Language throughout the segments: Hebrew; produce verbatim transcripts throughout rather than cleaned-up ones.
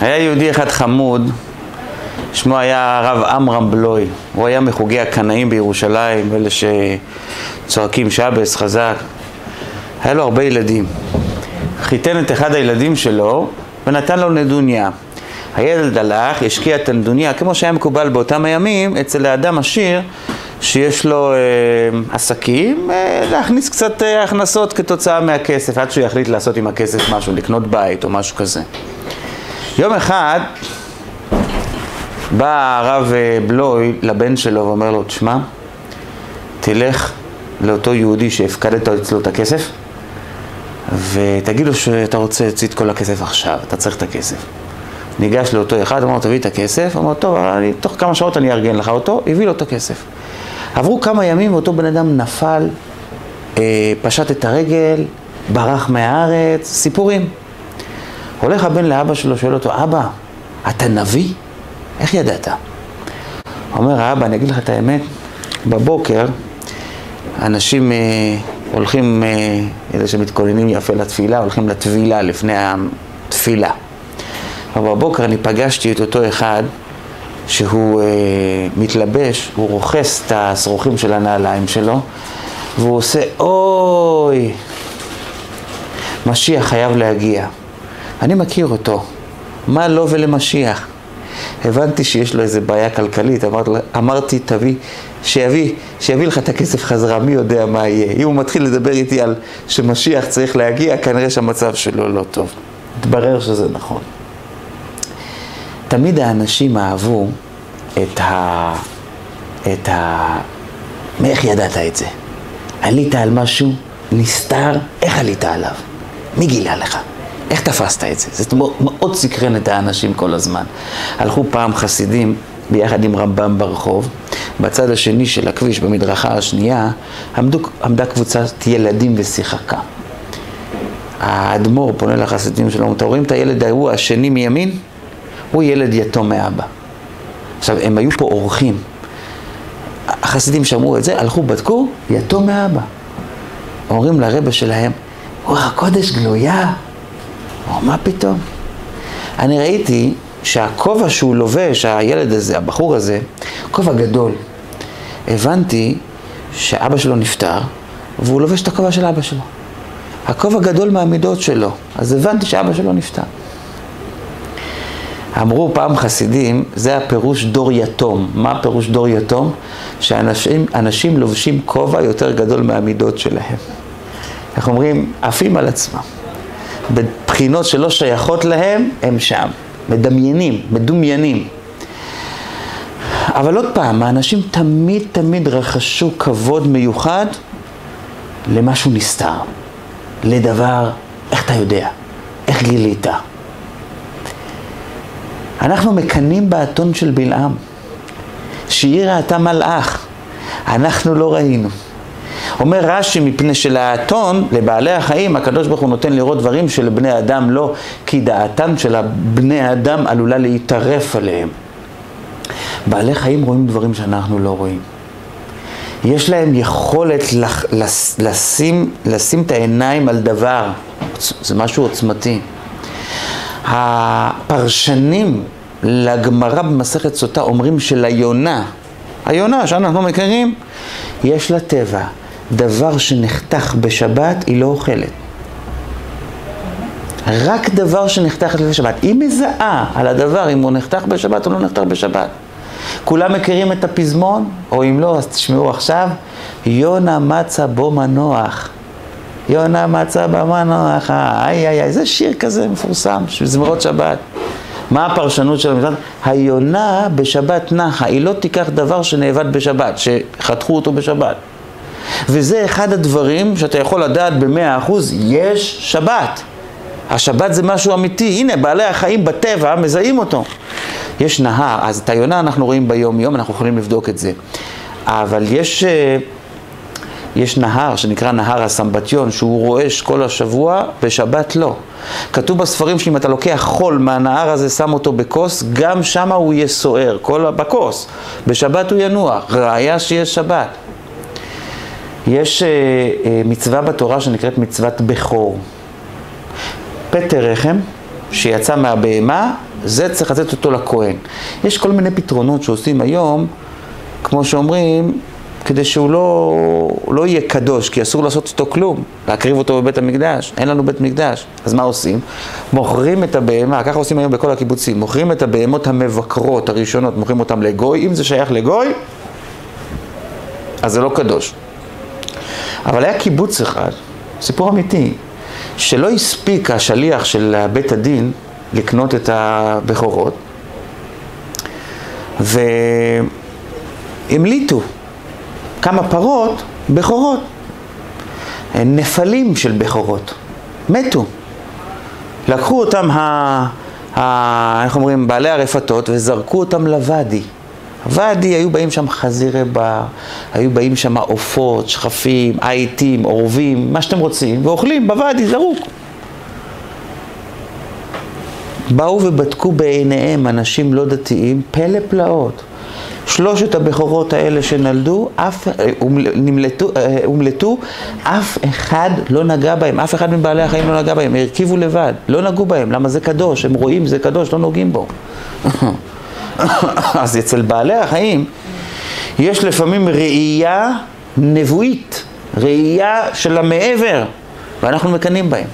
היה יהודי אחד חמוד, שמו היה הרב עמרם בלוי. הוא היה מחוגי הקנאים בירושלים, אלה שצועקים שבס חזק. היה לו הרבה ילדים. חיתן את אחד הילדים שלו ונתן לו נדוניה. הילד הלך, השקיע את הנדוניה, כמו שהיה מקובל באותם הימים, אצל האדם עשיר, שיש לו אה, עסקים, אה, להכניס קצת אה, הכנסות כתוצאה מהכסף, עד שהוא יחליט לעשות עם הכסף משהו, לקנות בית או משהו כזה. יום אחד בא הרב בלוי לבן שלו ואומר לו, תשמע, תלך לאותו יהודי שהפקדת אצלו את הכסף, ותגיד לו שאתה רוצה להוציא את כל הכסף עכשיו, אתה צריך את הכסף. ניגש לאותו אחד, אמר לו, תביא את הכסף, אמר לו, טוב, אני, תוך כמה שעות אני ארגן לך אותו, הביא לו את הכסף. עברו כמה ימים ואותו בן אדם נפל, אה, פשט את הרגל, ברח מהארץ, סיפורים. הולך הבן לאבא שלו, שואל אותו, אבא, אתה נביא? איך ידעת? אומר, האבא, אני אגיד לך את האמת, בבוקר אנשים אה, הולכים, אה, אלה שמתכוננים יפה לתפילה, הולכים לתפילה לפני התפילה. אבל בבוקר אני פגשתי את אותו אחד שהוא אה, מתלבש, הוא רוכס את השרוכים של הנעליים שלו, והוא עושה, אוי, משיח חייב להגיע. אני מכיר אותו, מה לא ולמשיח? הבנתי שיש לו איזה בעיה כלכלית, אמר, אמרתי, תביא, שיביא, שיביא לך את הכסף חזרה, מי יודע מה יהיה. אם הוא מתחיל לדבר איתי על שמשיח צריך להגיע, כנראה שהמצב שלו לא טוב. התברר שזה נכון. תמיד האנשים אהבו את ה... את ה... מאיך ידעת את זה? עלית על משהו, נסתר, איך עלית עליו? מי גילה לך? איך תפסת את זה? זה מאוד סקרן את האנשים כל הזמן. הלכו פעם חסידים ביחד עם רמב"ם ברחוב, בצד השני של הכביש, במדרכה השנייה, עמדו, עמדה קבוצת ילדים ושיחקה. האדמו"ר פונה לחסידים שלו, אתם רואים את הילד ההוא השני מימין? הוא ילד יתום מאבא. עכשיו, הם היו פה אורחים. החסידים שמעו את זה, הלכו, בדקו, יתום מאבא. אומרים לרבא שלהם, רוח הקודש גלויה. מה פתאום? אני ראיתי שהכובע שהוא לובש, הילד הזה, הבחור הזה, כובע גדול. הבנתי שאבא שלו נפטר, והוא לובש את הכובע של אבא שלו. הכובע גדול מהמידות שלו, אז הבנתי שאבא שלו נפטר. אמרו פעם חסידים, זה הפירוש דור יתום. מה הפירוש דור יתום? שאנשים אנשים לובשים כובע יותר גדול מהמידות שלהם. איך אומרים? עפים על עצמם. בבחינות שלא שייכות להם, הם שם. מדמיינים, מדומיינים. אבל עוד פעם, האנשים תמיד תמיד רכשו כבוד מיוחד למשהו נסתר. לדבר, איך אתה יודע? איך גילית? אנחנו מקנים באתון של בלעם. שהיא ראתה מלאך. אנחנו לא ראינו. אומר רש"י, מפני שלאתון, לבעלי החיים, הקדוש ברוך הוא נותן לראות דברים שלבני אדם לא, כי דעתם של בני אדם עלולה להתערף עליהם. בעלי חיים רואים דברים שאנחנו לא רואים. יש להם יכולת לש, לשים, לשים את העיניים על דבר. זה משהו עוצמתי. הפרשנים לגמרא במסכת סוטה אומרים שליונה, היונה שאנחנו מכירים, יש לה טבע. דבר שנחתך בשבת היא לא אוכלת. רק דבר שנחתך בשבת. היא מזהה על הדבר אם הוא נחתך בשבת או לא נחתך בשבת. כולם מכירים את הפזמון, או אם לא, אז תשמעו עכשיו, יונה מצא בו מנוח. יונה מצא בו מנוח. איי איי איי, זה שיר כזה מפורסם, זמרות שבת. מה הפרשנות של המשפט? היונה בשבת נחה, היא לא תיקח דבר שנאבד בשבת, שחתכו אותו בשבת. וזה אחד הדברים שאתה יכול לדעת במאה אחוז, יש שבת. השבת זה משהו אמיתי, הנה בעלי החיים בטבע מזהים אותו. יש נהר, אז את היונה אנחנו רואים ביום יום, אנחנו יכולים לבדוק את זה. אבל יש, יש נהר שנקרא נהר הסמבטיון, שהוא רועש כל השבוע, בשבת לא. כתוב בספרים שאם אתה לוקח חול מהנהר הזה, שם אותו בכוס, גם שם הוא יהיה סוער, כל בכוס. בשבת הוא ינוח, ראיה שיש שבת. יש אה, אה, מצווה בתורה שנקראת מצוות בכור. פטר רחם שיצא מהבהמה, זה צריך לתת אותו לכהן. יש כל מיני פתרונות שעושים היום, כמו שאומרים, כדי שהוא לא, לא יהיה קדוש, כי אסור לעשות אותו כלום, להקריב אותו בבית המקדש, אין לנו בית מקדש. אז מה עושים? מוכרים את הבהמה, ככה עושים היום בכל הקיבוצים, מוכרים את הבהמות המבקרות הראשונות, מוכרים אותם לגוי, אם זה שייך לגוי, אז זה לא קדוש. אבל היה קיבוץ אחד, סיפור אמיתי, שלא הספיק השליח של בית הדין לקנות את הבכורות, והמליטו כמה פרות בכורות, נפלים של בכורות, מתו. לקחו אותם, ה, ה, איך אומרים, בעלי הרפתות וזרקו אותם לוואדי. הוואדי, היו באים שם חזירי בר, היו באים שם עופות, שכפים, עיתים, עורבים, מה שאתם רוצים, ואוכלים בוואדי, זרוק. באו ובדקו בעיניהם אנשים לא דתיים, פלא פלאות. שלושת הבכורות האלה שנולדו, אף, נמלטו, הומלטו, אף אחד לא נגע בהם, אף אחד מבעלי החיים לא נגע בהם, הרכיבו לבד, לא נגעו בהם, למה זה קדוש, הם רואים זה קדוש, לא נוגעים בו. אז אצל בעלי החיים יש לפעמים ראייה נבואית, ראייה של המעבר, ואנחנו מקנים בהם.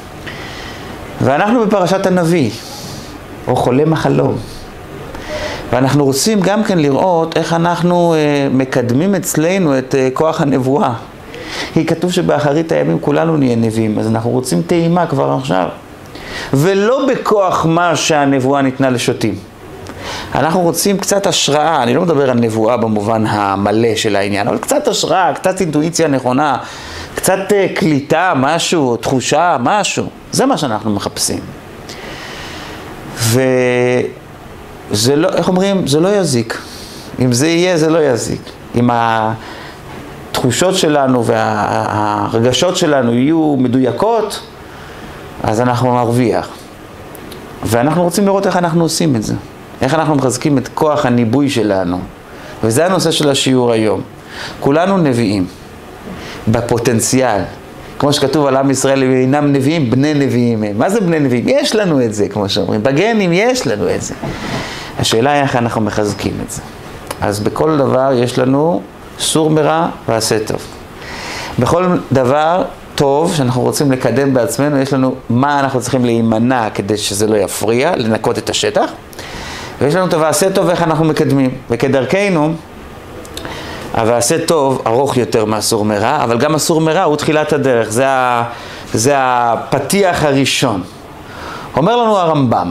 ואנחנו בפרשת הנביא, או חולם החלום. ואנחנו רוצים גם כן לראות איך אנחנו uh, מקדמים אצלנו את uh, כוח הנבואה. כי כתוב שבאחרית הימים כולנו נהיה נביאים, אז אנחנו רוצים טעימה כבר עכשיו. ולא בכוח מה שהנבואה ניתנה לשוטים. אנחנו רוצים קצת השראה, אני לא מדבר על נבואה במובן המלא של העניין, אבל קצת השראה, קצת אינטואיציה נכונה, קצת uh, קליטה, משהו, תחושה, משהו. זה מה שאנחנו מחפשים. ו... זה לא, איך אומרים? זה לא יזיק. אם זה יהיה, זה לא יזיק. אם התחושות שלנו והרגשות שלנו יהיו מדויקות, אז אנחנו נרוויח. ואנחנו רוצים לראות איך אנחנו עושים את זה. איך אנחנו מחזקים את כוח הניבוי שלנו. וזה הנושא של השיעור היום. כולנו נביאים. בפוטנציאל. כמו שכתוב על עם ישראל, אינם נביאים, בני נביאים הם. מה זה בני נביאים? יש לנו את זה, כמו שאומרים. בגנים יש לנו את זה. השאלה היא איך אנחנו מחזקים את זה. אז בכל דבר יש לנו סור מרע ועשה טוב. בכל דבר טוב שאנחנו רוצים לקדם בעצמנו, יש לנו מה אנחנו צריכים להימנע כדי שזה לא יפריע, לנקות את השטח. ויש לנו את ועשה טוב איך אנחנו מקדמים. וכדרכנו, הוועשה טוב ארוך יותר מהסור מרע, אבל גם הסור מרע הוא תחילת הדרך. זה, ה, זה הפתיח הראשון. אומר לנו הרמב"ם,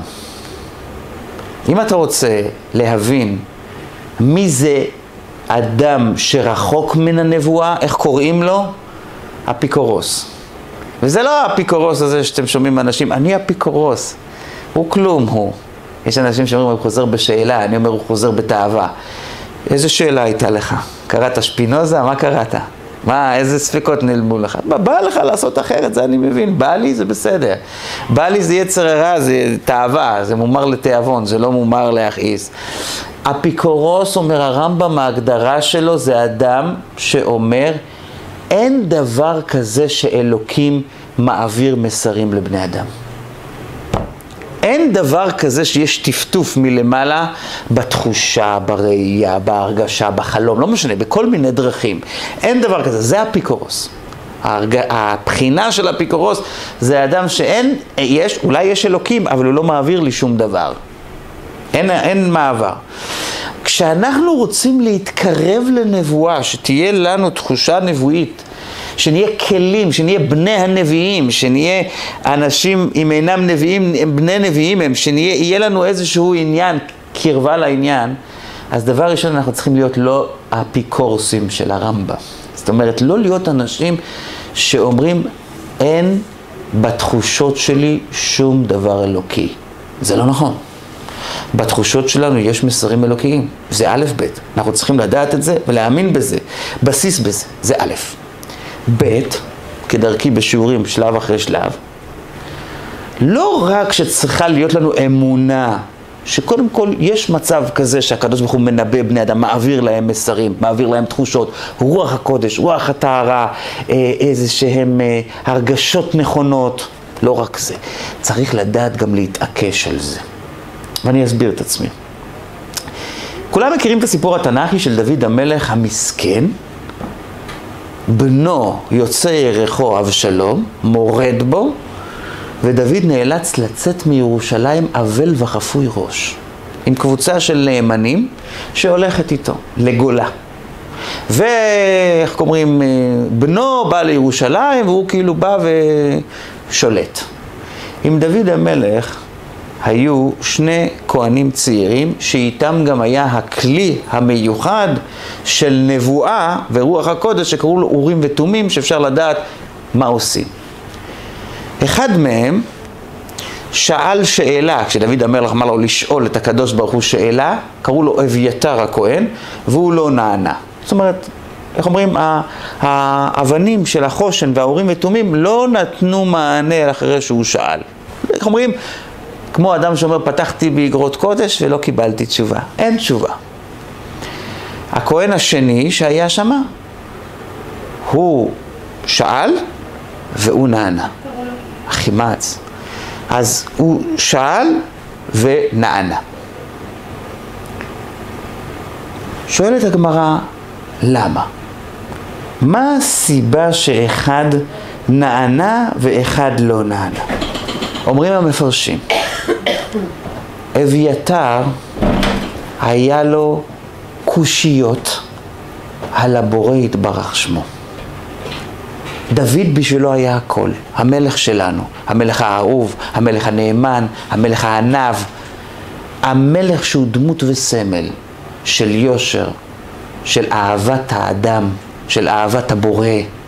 אם אתה רוצה להבין מי זה אדם שרחוק מן הנבואה, איך קוראים לו? אפיקורוס. וזה לא האפיקורוס הזה שאתם שומעים אנשים, אני אפיקורוס. הוא כלום הוא. יש אנשים שאומרים, הוא חוזר בשאלה, אני אומר, הוא חוזר בתאווה. איזה שאלה הייתה לך? קראת שפינוזה? מה קראת? מה, איזה ספקות נלמו לך? מה, בא לך לעשות אחרת, זה אני מבין. בא לי, זה בסדר. בא לי זה יצר הרע, זה תאווה, זה מומר לתיאבון, זה לא מומר להכעיס. אפיקורוס, אומר הרמב"ם, ההגדרה שלו זה אדם שאומר, אין דבר כזה שאלוקים מעביר מסרים לבני אדם. אין דבר כזה שיש טפטוף מלמעלה בתחושה, בראייה, בהרגשה, בחלום, לא משנה, בכל מיני דרכים. אין דבר כזה, זה אפיקורוס. ההרג... הבחינה של אפיקורוס זה אדם שאין, יש, אולי יש אלוקים, אבל הוא לא מעביר לי שום דבר. אין, אין מעבר. כשאנחנו רוצים להתקרב לנבואה, שתהיה לנו תחושה נבואית, שנהיה כלים, שנהיה בני הנביאים, שנהיה אנשים אם אינם נביאים, הם בני נביאים הם, שיהיה לנו איזשהו עניין, קרבה לעניין, אז דבר ראשון אנחנו צריכים להיות לא אפיקורסים של הרמב"ם. זאת אומרת, לא להיות אנשים שאומרים, אין בתחושות שלי שום דבר אלוקי. זה לא נכון. בתחושות שלנו יש מסרים אלוקיים. זה א' ב'. אנחנו צריכים לדעת את זה ולהאמין בזה. בסיס בזה. זה א'. ב', כדרכי בשיעורים שלב אחרי שלב, לא רק שצריכה להיות לנו אמונה, שקודם כל יש מצב כזה שהקדוש ברוך הוא מנבא בני אדם, מעביר להם מסרים, מעביר להם תחושות, רוח הקודש, רוח הטהרה, איזה שהם הרגשות נכונות, לא רק זה. צריך לדעת גם להתעקש על זה. ואני אסביר את עצמי. כולם מכירים את הסיפור התנ"כי של דוד המלך המסכן, בנו יוצא ירחו אבשלום, מורד בו, ודוד נאלץ לצאת מירושלים אבל וחפוי ראש, עם קבוצה של נאמנים שהולכת איתו לגולה. ואיך אומרים, בנו בא לירושלים והוא כאילו בא ושולט. עם דוד המלך היו שני כהנים צעירים שאיתם גם היה הכלי המיוחד של נבואה ורוח הקודש שקראו לו אורים ותומים, שאפשר לדעת מה עושים. אחד מהם שאל שאלה, כשדוד המלך אמר לו לשאול את הקדוש ברוך הוא שאלה, קראו לו אביתר הכהן, והוא לא נענה. זאת אומרת, איך אומרים, האבנים של החושן והאורים ותומים לא נתנו מענה אחרי שהוא שאל. איך אומרים, כמו אדם שאומר, פתחתי באגרות קודש ולא קיבלתי תשובה. אין תשובה. הכהן השני שהיה שמה, הוא שאל והוא נענה. אחימץ. אז הוא שאל ונענה. שואלת הגמרא, למה? מה הסיבה שאחד נענה ואחד לא נענה? אומרים המפרשים, אביתר היה לו קושיות על הבורא יתברך שמו. דוד בשבילו היה הכל, המלך שלנו, המלך האהוב, המלך הנאמן, המלך הענב, המלך שהוא דמות וסמל של יושר, של אהבת האדם, של אהבת הבורא.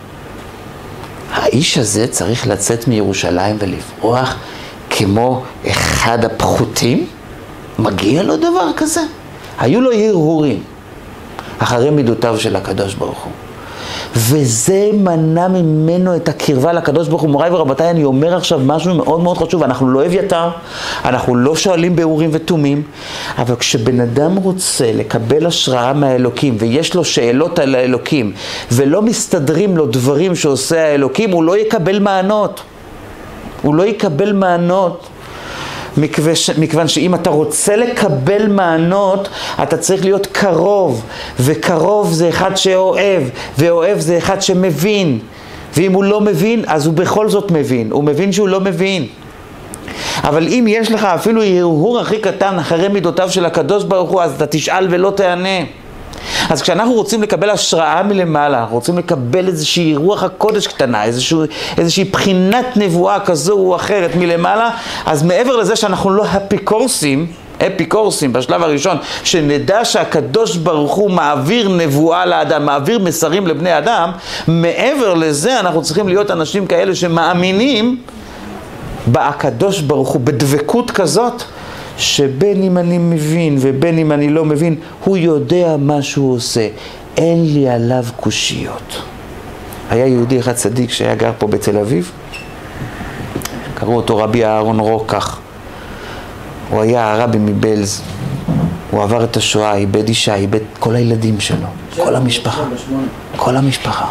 האיש הזה צריך לצאת מירושלים ולברוח כמו אחד הפחותים? מגיע לו דבר כזה? היו לו הרהורים אחרי מידותיו של הקדוש ברוך הוא. וזה מנע ממנו את הקרבה לקדוש ברוך הוא. מוריי ורבותיי, אני אומר עכשיו משהו מאוד מאוד חשוב. אנחנו לא אביתר, אנחנו לא שואלים באורים ותומים, אבל כשבן אדם רוצה לקבל השראה מהאלוקים ויש לו שאלות על האלוקים ולא מסתדרים לו דברים שעושה האלוקים, הוא לא יקבל מענות. הוא לא יקבל מענות. מכיוון שאם אתה רוצה לקבל מענות, אתה צריך להיות קרוב, וקרוב זה אחד שאוהב, ואוהב זה אחד שמבין. ואם הוא לא מבין, אז הוא בכל זאת מבין. הוא מבין שהוא לא מבין. אבל אם יש לך אפילו הרהור הכי קטן אחרי מידותיו של הקדוש ברוך הוא, אז אתה תשאל ולא תענה. אז כשאנחנו רוצים לקבל השראה מלמעלה, אנחנו רוצים לקבל איזושהי רוח הקודש קטנה, איזושהי, איזושהי בחינת נבואה כזו או אחרת מלמעלה, אז מעבר לזה שאנחנו לא אפיקורסים, אפיקורסים בשלב הראשון, שנדע שהקדוש ברוך הוא מעביר נבואה לאדם, מעביר מסרים לבני אדם, מעבר לזה אנחנו צריכים להיות אנשים כאלה שמאמינים בהקדוש ברוך הוא, בדבקות כזאת, שבין אם אני מבין ובין אם אני לא מבין, הוא יודע מה שהוא עושה. אין לי עליו קושיות. היה יהודי אחד צדיק שהיה גר פה בתל אביב, קראו אותו רבי אהרון רוקח. הוא היה הרבי מבלז. הוא עבר את השואה, איבד אישה, איבד כל הילדים שלו, כל המשפחה, כל המשפחה.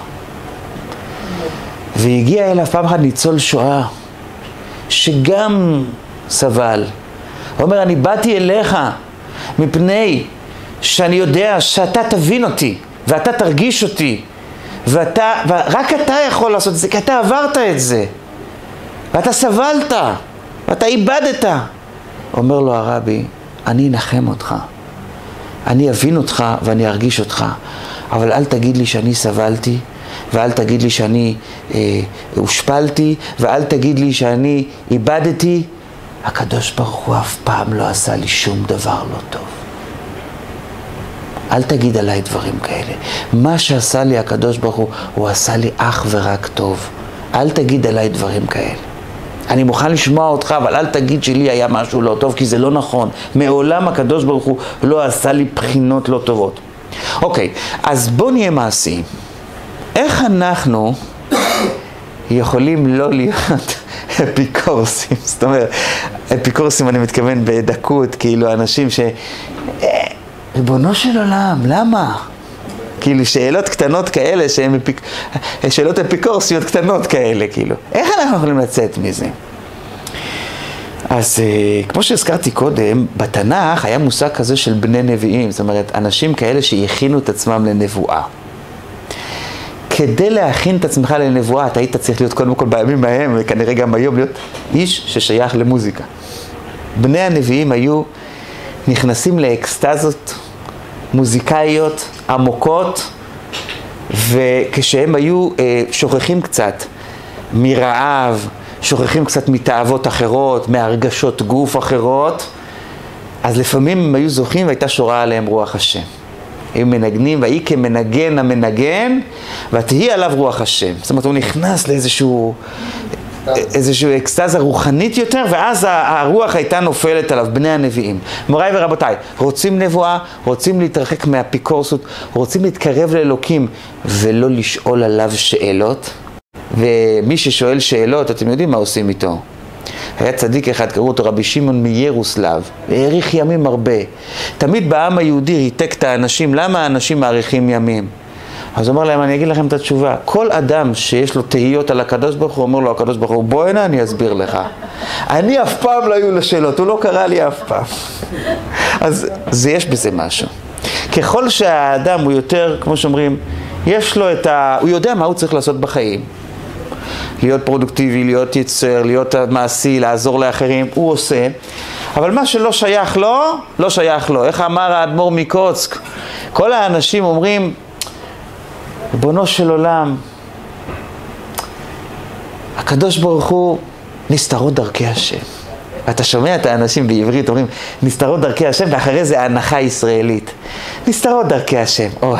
והגיע אליו פעם אחת ניצול שואה, שגם סבל. הוא אומר, אני באתי אליך מפני שאני יודע שאתה תבין אותי, ואתה תרגיש אותי, ואתה, ורק אתה יכול לעשות את זה, כי אתה עברת את זה, ואתה סבלת, ואתה איבדת. אומר לו הרבי, אני אנחם אותך, אני אבין אותך ואני ארגיש אותך, אבל אל תגיד לי שאני סבלתי, ואל תגיד לי שאני אה, הושפלתי, ואל תגיד לי שאני איבדתי. הקדוש ברוך הוא אף פעם לא עשה לי שום דבר לא טוב. אל תגיד עליי דברים כאלה. מה שעשה לי הקדוש ברוך הוא, הוא עשה לי אך ורק טוב. אל תגיד עליי דברים כאלה. אני מוכן לשמוע אותך, אבל אל תגיד שלי היה משהו לא טוב, כי זה לא נכון. מעולם הקדוש ברוך הוא לא עשה לי בחינות לא טובות. אוקיי, אז בוא נהיה מעשיים. איך אנחנו יכולים לא להיות אפיקורסים? זאת אומרת, אפיקורסים אני מתכוון בדקות, כאילו אנשים ש... ריבונו של עולם, למה? כאילו שאלות קטנות כאלה, שהן אפיק... שאלות אפיקורסיות קטנות כאלה, כאילו. איך אנחנו יכולים לצאת מזה? אז כמו שהזכרתי קודם, בתנ"ך היה מושג כזה של בני נביאים, זאת אומרת, אנשים כאלה שהכינו את עצמם לנבואה. כדי להכין את עצמך לנבואה, אתה היית צריך להיות קודם כל בימים ההם, וכנראה גם היום להיות איש ששייך למוזיקה. בני הנביאים היו נכנסים לאקסטזות מוזיקאיות עמוקות, וכשהם היו אה, שוכחים קצת מרעב, שוכחים קצת מתאוות אחרות, מהרגשות גוף אחרות, אז לפעמים הם היו זוכים והייתה שורה עליהם רוח השם. הם מנגנים, והיא כמנגן המנגן, ותהי עליו רוח השם. זאת אומרת, הוא נכנס לאיזשהו איזשהו אקסטזה רוחנית יותר, ואז הרוח הייתה נופלת עליו, בני הנביאים. מוריי ורבותיי, רוצים נבואה, רוצים להתרחק מהאפיקורסות, רוצים להתקרב לאלוקים, ולא לשאול עליו שאלות. ומי ששואל שאלות, אתם יודעים מה עושים איתו. היה צדיק אחד, קראו אותו רבי שמעון מירוסלב, והאריך ימים הרבה. תמיד בעם היהודי ריתק את האנשים, למה האנשים מאריכים ימים? אז הוא אמר להם, אני אגיד לכם את התשובה. כל אדם שיש לו תהיות על הקדוש ברוך הוא, אומר לו הקדוש ברוך הוא, בוא הנה, אני אסביר לך. אני אף פעם לא היו לו שאלות, הוא לא קרא לי אף פעם. אז זה יש בזה משהו. ככל שהאדם הוא יותר, כמו שאומרים, יש לו את ה... הוא יודע מה הוא צריך לעשות בחיים. להיות פרודוקטיבי, להיות יצר, להיות מעשי, לעזור לאחרים, הוא עושה. אבל מה שלא שייך לו, לא שייך לו. איך אמר האדמו"ר מקוצק? כל האנשים אומרים, ריבונו של עולם, הקדוש ברוך הוא נסתרות דרכי השם. אתה שומע את האנשים בעברית אומרים, נסתרות דרכי השם, ואחרי זה ההנחה ישראלית. נסתרות דרכי השם, אוי.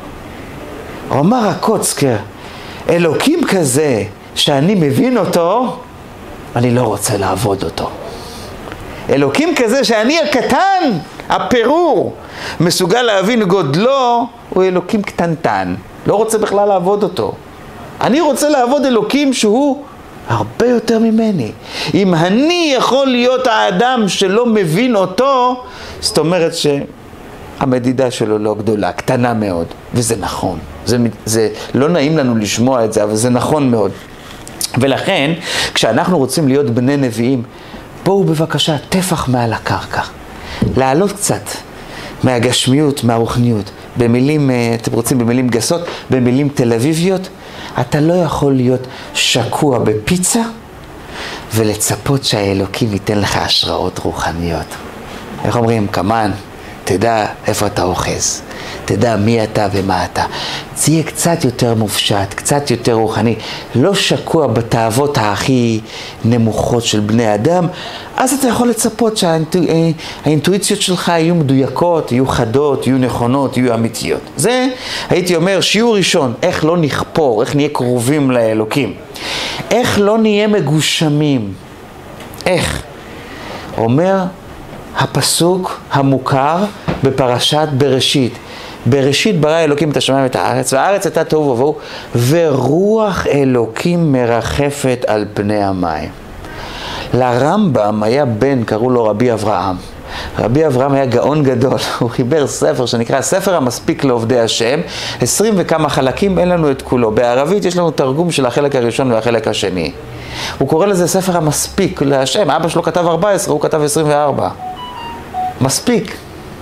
הוא אמר הקוצקר, אלוקים כזה שאני מבין אותו, אני לא רוצה לעבוד אותו. אלוקים כזה שאני הקטן, הפירור, מסוגל להבין גודלו, הוא אלוקים קטנטן. לא רוצה בכלל לעבוד אותו. אני רוצה לעבוד אלוקים שהוא הרבה יותר ממני. אם אני יכול להיות האדם שלא מבין אותו, זאת אומרת שהמדידה שלו לא גדולה, קטנה מאוד. וזה נכון. זה, זה לא נעים לנו לשמוע את זה, אבל זה נכון מאוד. ולכן, כשאנחנו רוצים להיות בני נביאים, בואו בבקשה טפח מעל הקרקע. לעלות קצת מהגשמיות, מהרוחניות. במילים, אתם רוצים במילים גסות, במילים תל אביביות, אתה לא יכול להיות שקוע בפיצה ולצפות שהאלוקים ייתן לך השראות רוחניות. איך אומרים? כמן, תדע איפה אתה אוחז, תדע מי אתה ומה אתה. תהיה קצת יותר מופשט, קצת יותר רוחני, לא שקוע בתאוות הכי נמוכות של בני אדם, אז אתה יכול לצפות שהאינטואיציות שלך יהיו מדויקות, יהיו חדות, יהיו נכונות, יהיו אמיתיות. זה, הייתי אומר, שיעור ראשון, איך לא נכפור, איך נהיה קרובים לאלוקים. איך לא נהיה מגושמים. איך? אומר הפסוק המוכר בפרשת בראשית. בראשית ברא אלוקים את השמיים ואת הארץ, והארץ הייתה תוהו ובוהו, ורוח אלוקים מרחפת על פני המים. לרמב"ם היה בן, קראו לו רבי אברהם. רבי אברהם היה גאון גדול, הוא חיבר ספר שנקרא ספר המספיק לעובדי השם, עשרים וכמה חלקים, אין לנו את כולו. בערבית יש לנו תרגום של החלק הראשון והחלק השני. הוא קורא לזה ספר המספיק להשם, אבא שלו כתב ארבע עשרה, הוא כתב עשרים וארבע. מספיק.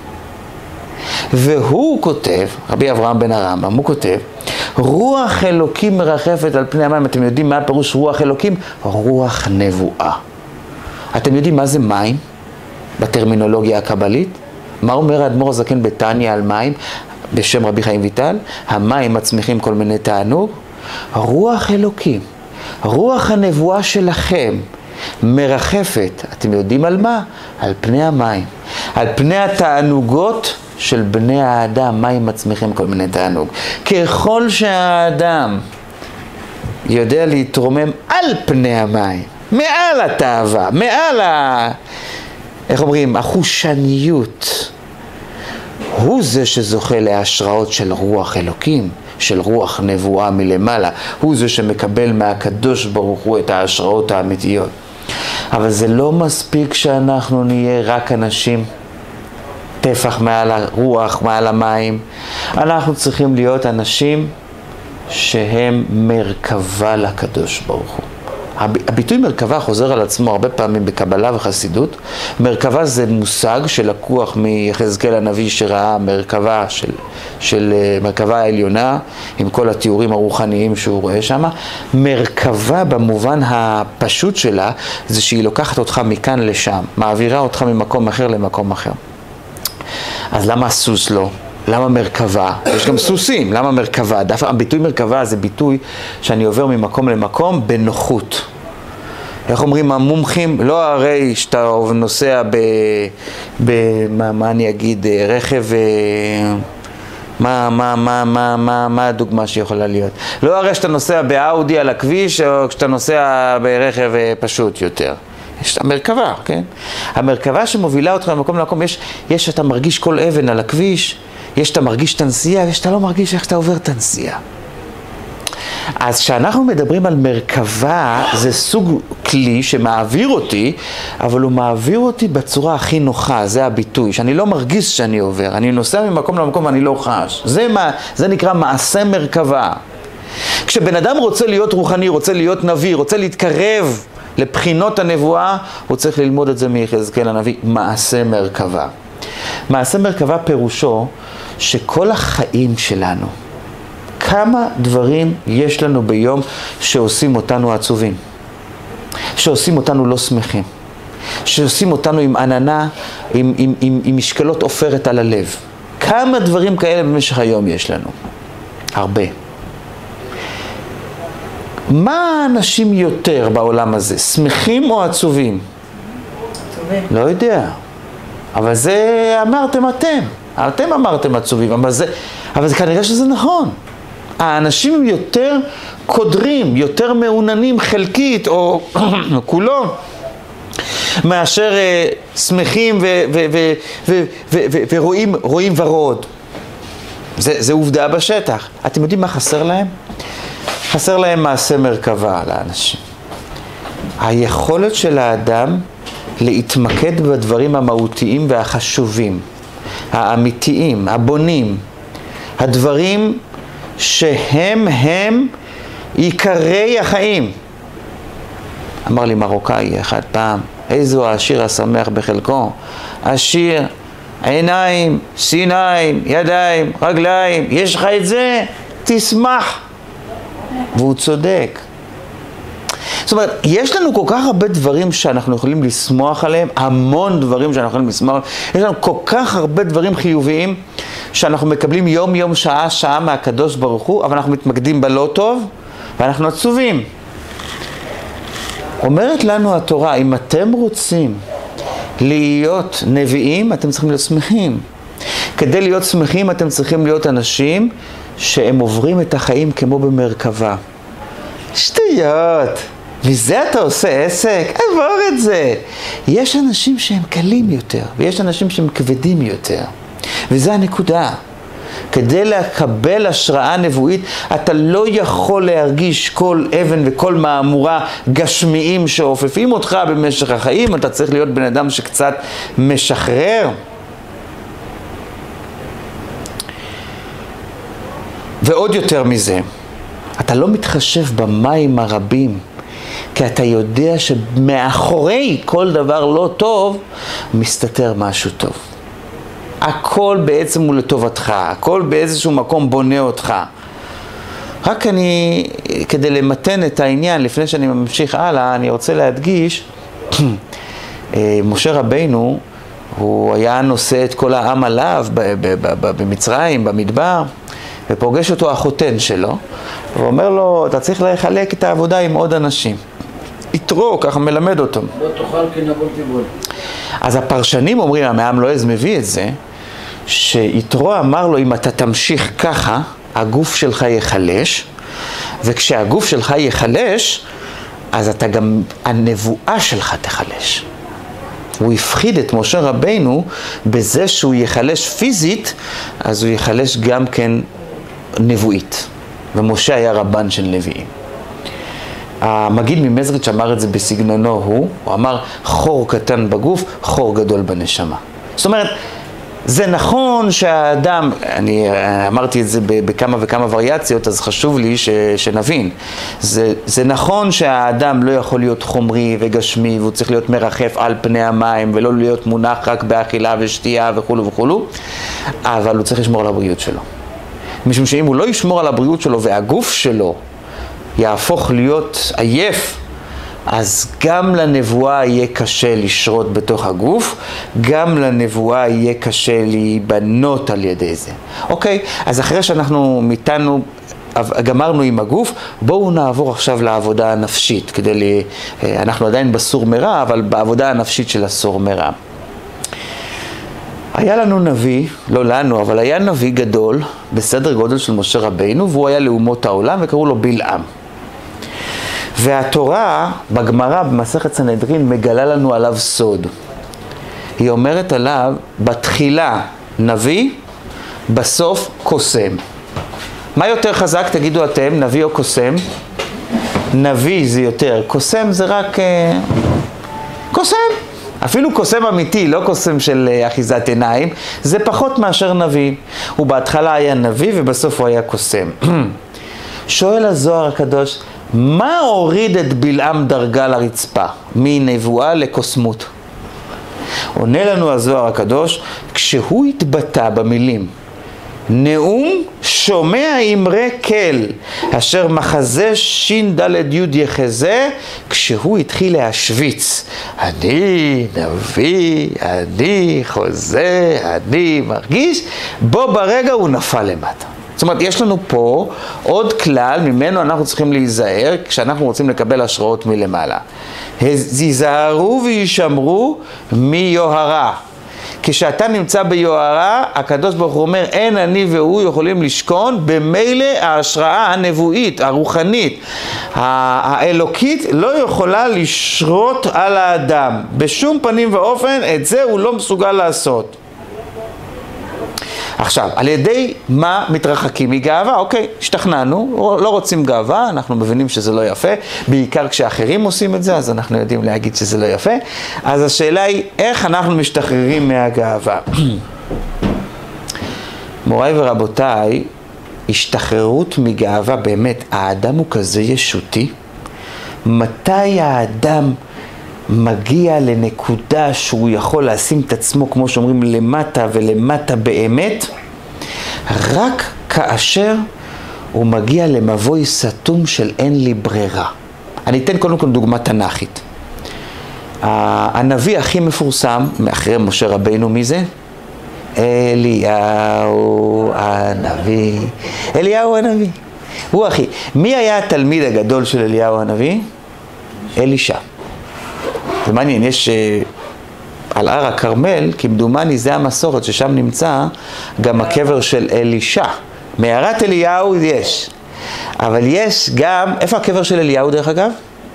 והוא כותב, רבי אברהם בן הרמב"ם, הוא כותב, רוח אלוקים מרחפת על פני המים. אתם יודעים מה פירוש רוח אלוקים? רוח נבואה. אתם יודעים מה זה מים? בטרמינולוגיה הקבלית? מה אומר האדמו"ר הזקן בתניא על מים? בשם רבי חיים ויטל, המים מצמיחים כל מיני תענוג. רוח אלוקים, רוח הנבואה שלכם, מרחפת, אתם יודעים על מה? על פני המים, על פני התענוגות של בני האדם. מים מצמיחים כל מיני תענוג. ככל שהאדם יודע להתרומם על פני המים, מעל התאווה, מעל ה... איך אומרים? החושניות, הוא זה שזוכה להשראות של רוח אלוקים, של רוח נבואה מלמעלה. הוא זה שמקבל מהקדוש ברוך הוא את ההשראות האמיתיות. אבל זה לא מספיק שאנחנו נהיה רק אנשים טפח מעל הרוח, מעל המים. אנחנו צריכים להיות אנשים שהם מרכבה לקדוש ברוך הוא. הביטוי מרכבה חוזר על עצמו הרבה פעמים בקבלה וחסידות. מרכבה זה מושג שלקוח מיחזקאל הנביא שראה מרכבה של, של מרכבה העליונה עם כל התיאורים הרוחניים שהוא רואה שם. מרכבה במובן הפשוט שלה זה שהיא לוקחת אותך מכאן לשם, מעבירה אותך ממקום אחר למקום אחר. אז למה הסוס לא? למה מרכבה? יש גם סוסים, למה מרכבה? דווקא הביטוי מרכבה זה ביטוי שאני עובר ממקום למקום בנוחות. איך אומרים המומחים? לא הרי שאתה נוסע ב... ב מה, מה אני אגיד? רכב... מה, מה, מה, מה, מה, מה הדוגמה שיכולה להיות? לא הרי שאתה נוסע באאודי על הכביש או כשאתה נוסע ברכב פשוט יותר. יש המרכבה, כן? המרכבה שמובילה אותך ממקום למקום, יש, יש שאתה מרגיש כל אבן על הכביש, יש שאתה מרגיש את הנסיעה, ויש שאתה לא מרגיש איך שאתה עובר את הנסיעה. אז כשאנחנו מדברים על מרכבה, זה סוג כלי שמעביר אותי, אבל הוא מעביר אותי בצורה הכי נוחה, זה הביטוי, שאני לא מרגיש שאני עובר, אני נוסע ממקום למקום ואני לא חש. זה, מה, זה נקרא מעשה מרכבה. כשבן אדם רוצה להיות רוחני, רוצה להיות נביא, רוצה להתקרב לבחינות הנבואה, הוא צריך ללמוד את זה מיחזקאל הנביא, מעשה מרכבה. מעשה מרכבה פירושו שכל החיים שלנו, כמה דברים יש לנו ביום שעושים אותנו עצובים, שעושים אותנו לא שמחים, שעושים אותנו עם עננה, עם, עם, עם, עם משקלות עופרת על הלב. כמה דברים כאלה במשך היום יש לנו? הרבה. מה האנשים יותר בעולם הזה? שמחים או עצובים? עצובים. לא יודע. אבל זה אמרתם אתם. אתם אמרתם עצובים, אבל זה, אבל זה כנראה שזה נכון. האנשים יותר קודרים, יותר מעוננים חלקית או כולו, מאשר uh, שמחים ורואים רואים ורוד. זה, זה עובדה בשטח. אתם יודעים מה חסר להם? חסר להם מעשה מרכבה לאנשים. היכולת של האדם להתמקד בדברים המהותיים והחשובים, האמיתיים, הבונים, הדברים שהם הם עיקרי החיים. אמר לי מרוקאי אחד פעם, איזו העשיר השמח בחלקו? עשיר, עיניים, סיניים, ידיים, רגליים, יש לך את זה, תשמח. והוא צודק. זאת אומרת, יש לנו כל כך הרבה דברים שאנחנו יכולים לשמוח עליהם, המון דברים שאנחנו יכולים לשמוח עליהם, יש לנו כל כך הרבה דברים חיוביים שאנחנו מקבלים יום יום שעה שעה מהקדוש ברוך הוא, אבל אנחנו מתמקדים בלא טוב ואנחנו עצובים. אומרת לנו התורה, אם אתם רוצים להיות נביאים, אתם צריכים להיות שמחים. כדי להיות שמחים אתם צריכים להיות אנשים שהם עוברים את החיים כמו במרכבה. שטויות. מזה אתה עושה עסק? עבור את זה. יש אנשים שהם קלים יותר, ויש אנשים שהם כבדים יותר. וזה הנקודה. כדי לקבל השראה נבואית, אתה לא יכול להרגיש כל אבן וכל מאמורה גשמיים שעופפים אותך במשך החיים. אתה צריך להיות בן אדם שקצת משחרר. ועוד יותר מזה, אתה לא מתחשב במים הרבים, כי אתה יודע שמאחורי כל דבר לא טוב, מסתתר משהו טוב. הכל בעצם הוא לטובתך, הכל באיזשהו מקום בונה אותך. רק אני, כדי למתן את העניין, לפני שאני ממשיך הלאה, אני רוצה להדגיש, משה רבינו, הוא היה נושא את כל העם עליו במצרים, במדבר, ופוגש אותו החותן שלו, ואומר לו, אתה צריך לחלק את העבודה עם עוד אנשים. יתרו, ככה מלמד אותו. לא תאכל כי נבול תיבול. אז הפרשנים אומרים, המעם לועז מביא את זה, שיתרו אמר לו, אם אתה תמשיך ככה, הגוף שלך יחלש, וכשהגוף שלך יחלש, אז אתה גם, הנבואה שלך תחלש. הוא הפחיד את משה רבינו בזה שהוא יחלש פיזית, אז הוא יחלש גם כן נבואית. ומשה היה רבן של נביאים. המגיד ממזריץ' אמר את זה בסגנונו הוא, הוא אמר חור קטן בגוף, חור גדול בנשמה. זאת אומרת, זה נכון שהאדם, אני אמרתי את זה בכמה וכמה וריאציות, אז חשוב לי ש, שנבין. זה, זה נכון שהאדם לא יכול להיות חומרי וגשמי, והוא צריך להיות מרחף על פני המים, ולא להיות מונח רק באכילה ושתייה וכולו וכולו, אבל הוא צריך לשמור על הבריאות שלו. משום שאם הוא לא ישמור על הבריאות שלו והגוף שלו יהפוך להיות עייף, אז גם לנבואה יהיה קשה לשרות בתוך הגוף, גם לנבואה יהיה קשה להיבנות על ידי זה. אוקיי, אז אחרי שאנחנו מיתנו, גמרנו עם הגוף, בואו נעבור עכשיו לעבודה הנפשית, כדי ל... אנחנו עדיין בסור מרע, אבל בעבודה הנפשית של הסור מרע. היה לנו נביא, לא לנו, אבל היה נביא גדול, בסדר גודל של משה רבינו, והוא היה לאומות העולם, וקראו לו בלעם. והתורה בגמרא במסכת סנהדרין מגלה לנו עליו סוד. היא אומרת עליו, בתחילה נביא, בסוף קוסם. מה יותר חזק, תגידו אתם, נביא או קוסם? נביא זה יותר, קוסם זה רק אה, קוסם. אפילו קוסם אמיתי, לא קוסם של אחיזת עיניים, זה פחות מאשר נביא. הוא בהתחלה היה נביא ובסוף הוא היה קוסם. שואל הזוהר הקדוש, מה הוריד את בלעם דרגה לרצפה? מנבואה לקוסמות. עונה לנו הזוהר הקדוש, כשהוא התבטא במילים, נאום שומע אמרי כל, אשר מחזה שין דלת יוד יחזה, כשהוא התחיל להשוויץ, אני נביא, אני חוזה, אני מרגיש, בו ברגע הוא נפל למטה. זאת אומרת, יש לנו פה עוד כלל, ממנו אנחנו צריכים להיזהר כשאנחנו רוצים לקבל השראות מלמעלה. היזהרו וישמרו מיוהרה. כשאתה נמצא ביוהרה, הקדוש ברוך הוא אומר, אין אני והוא יכולים לשכון, במילא ההשראה הנבואית, הרוחנית, האלוקית, לא יכולה לשרות על האדם. בשום פנים ואופן, את זה הוא לא מסוגל לעשות. עכשיו, על ידי מה מתרחקים מגאווה? אוקיי, השתכנענו, לא רוצים גאווה, אנחנו מבינים שזה לא יפה, בעיקר כשאחרים עושים את זה, אז אנחנו יודעים להגיד שזה לא יפה. אז השאלה היא, איך אנחנו משתחררים מהגאווה? מוריי ורבותיי, השתחררות מגאווה, באמת, האדם הוא כזה ישותי? מתי האדם מגיע לנקודה שהוא יכול לשים את עצמו, כמו שאומרים, למטה ולמטה באמת, רק כאשר הוא מגיע למבוי סתום של אין לי ברירה. אני אתן קודם כל דוגמה תנ"כית. הנביא הכי מפורסם, מאחרי משה רבינו, מי זה? אליהו הנביא. אליהו הנביא. הוא הכי. מי היה התלמיד הגדול של אליהו הנביא? אלישע. זה מעניין, יש על הר הכרמל, כמדומני זה המסורת ששם נמצא גם הקבר של אלישע. מערת אליהו יש, אבל יש גם, איפה הקבר של אליהו דרך אגב?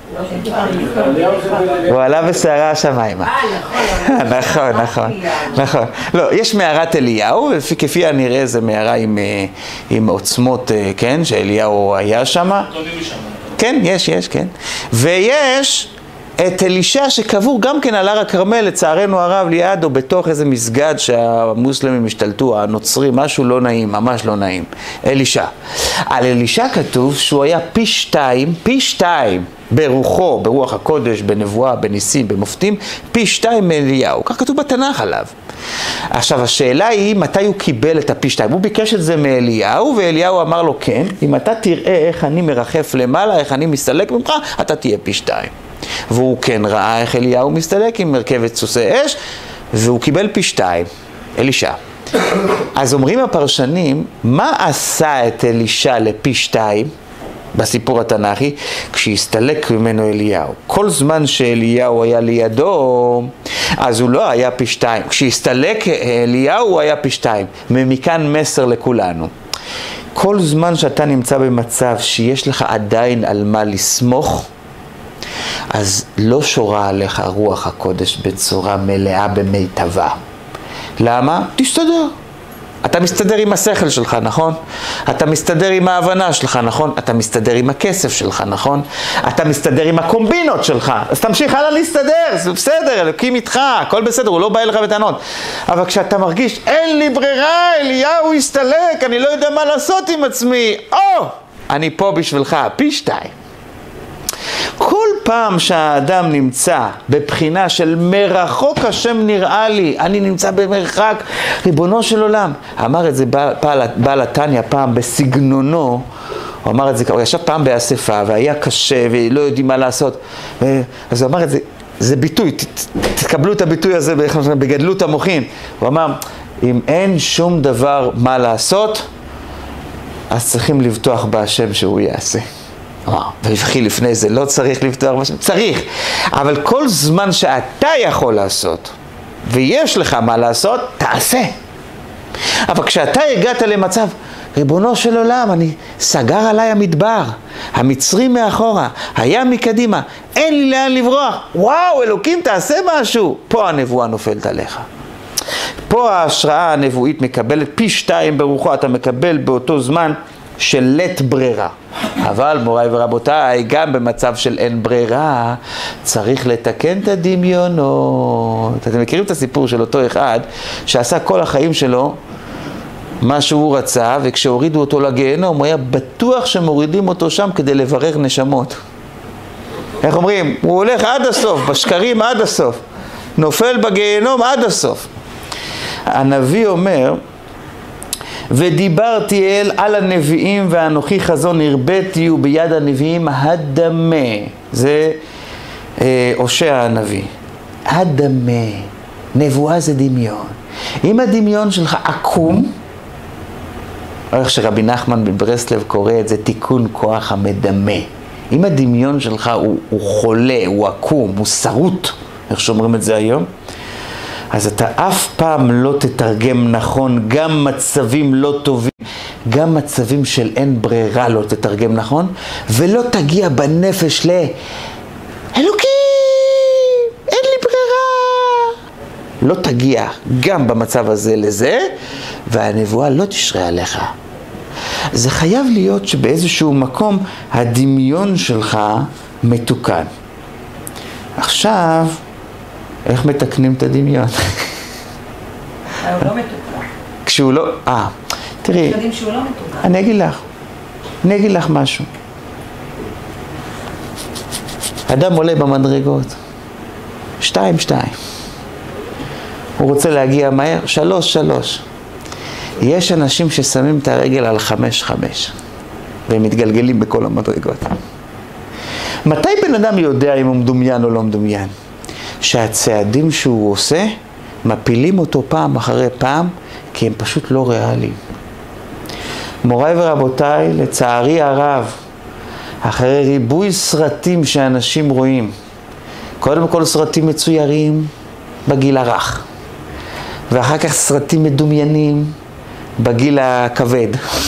הוא עלה בסערה השמיימה. נכון, נכון, נכון. לא, יש מערת אליהו, וכפי הנראה זה מערה עם עוצמות, כן, שאליהו היה שם. כן, יש, יש, כן. ויש את אלישע שקבור גם כן על הר הכרמל, לצערנו הרב, ליד או בתוך איזה מסגד שהמוסלמים השתלטו, הנוצרים, משהו לא נעים, ממש לא נעים. אלישע. על אלישע כתוב שהוא היה פי שתיים, פי שתיים ברוחו, ברוח הקודש, בנבואה, בניסים, במופתים, פי שתיים מאליהו. כך כתוב בתנ"ך עליו. עכשיו, השאלה היא מתי הוא קיבל את הפי שתיים. הוא ביקש את זה מאליהו, ואליהו אמר לו, כן, אם אתה תראה איך אני מרחף למעלה, איך אני מסתלק ממך, אתה תהיה פי שתיים. והוא כן ראה איך אליהו מסתלק עם מרכבת סוסי אש, והוא קיבל פי שתיים, אלישע. אז אומרים הפרשנים, מה עשה את אלישע לפי שתיים בסיפור התנ"כי? כשהסתלק ממנו אליהו. כל זמן שאליהו היה לידו, אז הוא לא היה פי שתיים. כשהסתלק אליהו הוא היה פי שתיים. ומכאן מסר לכולנו. כל זמן שאתה נמצא במצב שיש לך עדיין על מה לסמוך, אז לא שורה עליך רוח הקודש בצורה מלאה במיטבה. למה? תסתדר. אתה מסתדר עם השכל שלך, נכון? אתה מסתדר עם ההבנה שלך, נכון? אתה מסתדר עם הכסף שלך, נכון? אתה מסתדר עם הקומבינות שלך. אז תמשיך הלאה להסתדר, זה בסדר, אלוקים איתך, הכל בסדר, הוא לא בא אליך בטענות. אבל כשאתה מרגיש, אין לי ברירה, אליהו הסתלק, אני לא יודע מה לעשות עם עצמי, או, אני פה בשבילך, פי שתיים. כל פעם שהאדם נמצא בבחינה של מרחוק השם נראה לי, אני נמצא במרחק, ריבונו של עולם. אמר את זה בעל התניא פעם בסגנונו, הוא אמר את זה, הוא ישב פעם באספה והיה קשה ולא יודעים מה לעשות. אז הוא אמר את זה, זה ביטוי, תקבלו את הביטוי הזה בגדלות המוחין. הוא אמר, אם אין שום דבר מה לעשות, אז צריכים לבטוח בהשם שהוא יעשה. ובכי לפני זה לא צריך לפתוח משהו, צריך, אבל כל זמן שאתה יכול לעשות ויש לך מה לעשות, תעשה. אבל כשאתה הגעת למצב, ריבונו של עולם, אני סגר עליי המדבר, המצרים מאחורה, הים מקדימה, אין לי לאן לברוח, וואו אלוקים תעשה משהו, פה הנבואה נופלת עליך. פה ההשראה הנבואית מקבלת פי שתיים ברוחו, אתה מקבל באותו זמן של לית ברירה. אבל מוריי ורבותיי, גם במצב של אין ברירה, צריך לתקן את הדמיונות. אתם מכירים את הסיפור של אותו אחד שעשה כל החיים שלו מה שהוא רצה, וכשהורידו אותו לגיהנום, הוא היה בטוח שמורידים אותו שם כדי לברר נשמות. איך אומרים? הוא הולך עד הסוף, בשקרים עד הסוף. נופל בגיהנום עד הסוף. הנביא אומר, ודיברתי אל על הנביאים ואנוכי חזון הרביתי וביד הנביאים הדמה. זה אה, הושע הנביא. הדמה. נבואה זה דמיון. אם הדמיון שלך עקום, איך שרבי נחמן בברסלב קורא את זה תיקון כוח המדמה. אם הדמיון שלך הוא, הוא חולה, הוא עקום, הוא שרוט, איך שאומרים את זה היום, אז אתה אף פעם לא תתרגם נכון, גם מצבים לא טובים, גם מצבים של אין ברירה לא תתרגם נכון, ולא תגיע בנפש ל... אלוקים, אין לי ברירה. לא תגיע גם במצב הזה לזה, והנבואה לא תשרה עליך. זה חייב להיות שבאיזשהו מקום הדמיון שלך מתוקן. עכשיו, איך מתקנים את הדמיון? הוא לא מתוקן. כשהוא לא... אה, תראי. יודעים שהוא לא מתוקן. אני אגיד לך. אני אגיד לך משהו. אדם עולה במדרגות. שתיים, שתיים. הוא רוצה להגיע מהר. שלוש, שלוש. יש אנשים ששמים את הרגל על חמש, חמש. והם מתגלגלים בכל המדרגות. מתי בן אדם יודע אם הוא מדומיין או לא מדומיין? שהצעדים שהוא עושה, מפילים אותו פעם אחרי פעם, כי הם פשוט לא ריאליים. מוריי ורבותיי, לצערי הרב, אחרי ריבוי סרטים שאנשים רואים, קודם כל סרטים מצוירים בגיל הרך, ואחר כך סרטים מדומיינים בגיל הכבד.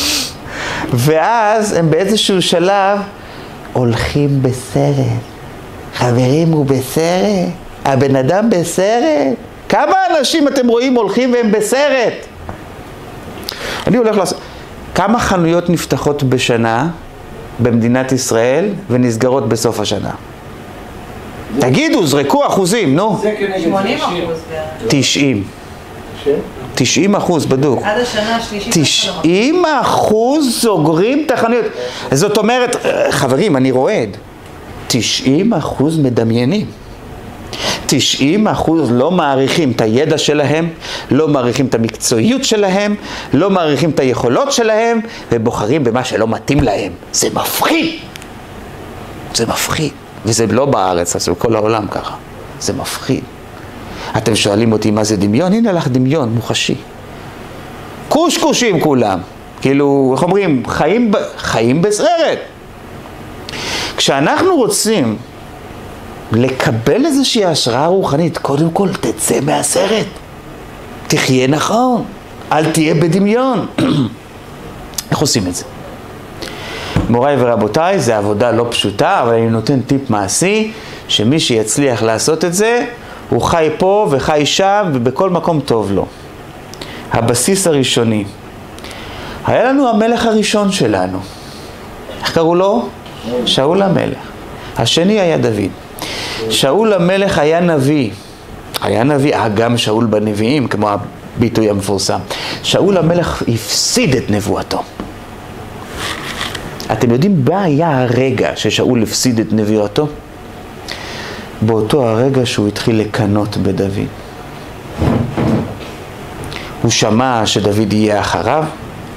ואז הם באיזשהו שלב הולכים בסרט. חברים, הוא בסרט. הבן אדם בסרט. כמה אנשים אתם רואים הולכים והם בסרט? אני הולך לעשות... כמה חנויות נפתחות בשנה במדינת ישראל ונסגרות בסוף השנה? תגידו, זרקו אחוזים, נו. שמונים אחוז. תשעים. תשעים אחוז בדוק. עד השנה השלישית. תשעים אחוז סוגרים את החנויות. זאת אומרת, חברים, אני רועד. תשעים אחוז מדמיינים. תשעים אחוז לא מעריכים את הידע שלהם, לא מעריכים את המקצועיות שלהם, לא מעריכים את היכולות שלהם, ובוחרים במה שלא מתאים להם. זה מפחיד. זה מפחיד. וזה לא בארץ, אז בכל העולם ככה. זה מפחיד. אתם שואלים אותי מה זה דמיון? הנה לך דמיון, מוחשי. קושקושים כולם. כאילו, איך אומרים? חיים, ב... חיים בסרט. כשאנחנו רוצים לקבל איזושהי השראה רוחנית, קודם כל תצא מהסרט. תחיה נכון. אל תהיה בדמיון. איך עושים את זה? מוריי ורבותיי, זה עבודה לא פשוטה, אבל אני נותן טיפ מעשי, שמי שיצליח לעשות את זה, הוא חי פה וחי שם ובכל מקום טוב לו. הבסיס הראשוני. היה לנו המלך הראשון שלנו. איך קראו לו? שאול המלך. השני היה דוד. שאול המלך היה נביא. היה נביא, אה, גם שאול בנביאים, כמו הביטוי המפורסם. שאול המלך הפסיד את נבואתו. אתם יודעים מה היה הרגע ששאול הפסיד את נבואתו? באותו הרגע שהוא התחיל לקנות בדוד. הוא שמע שדוד יהיה אחריו,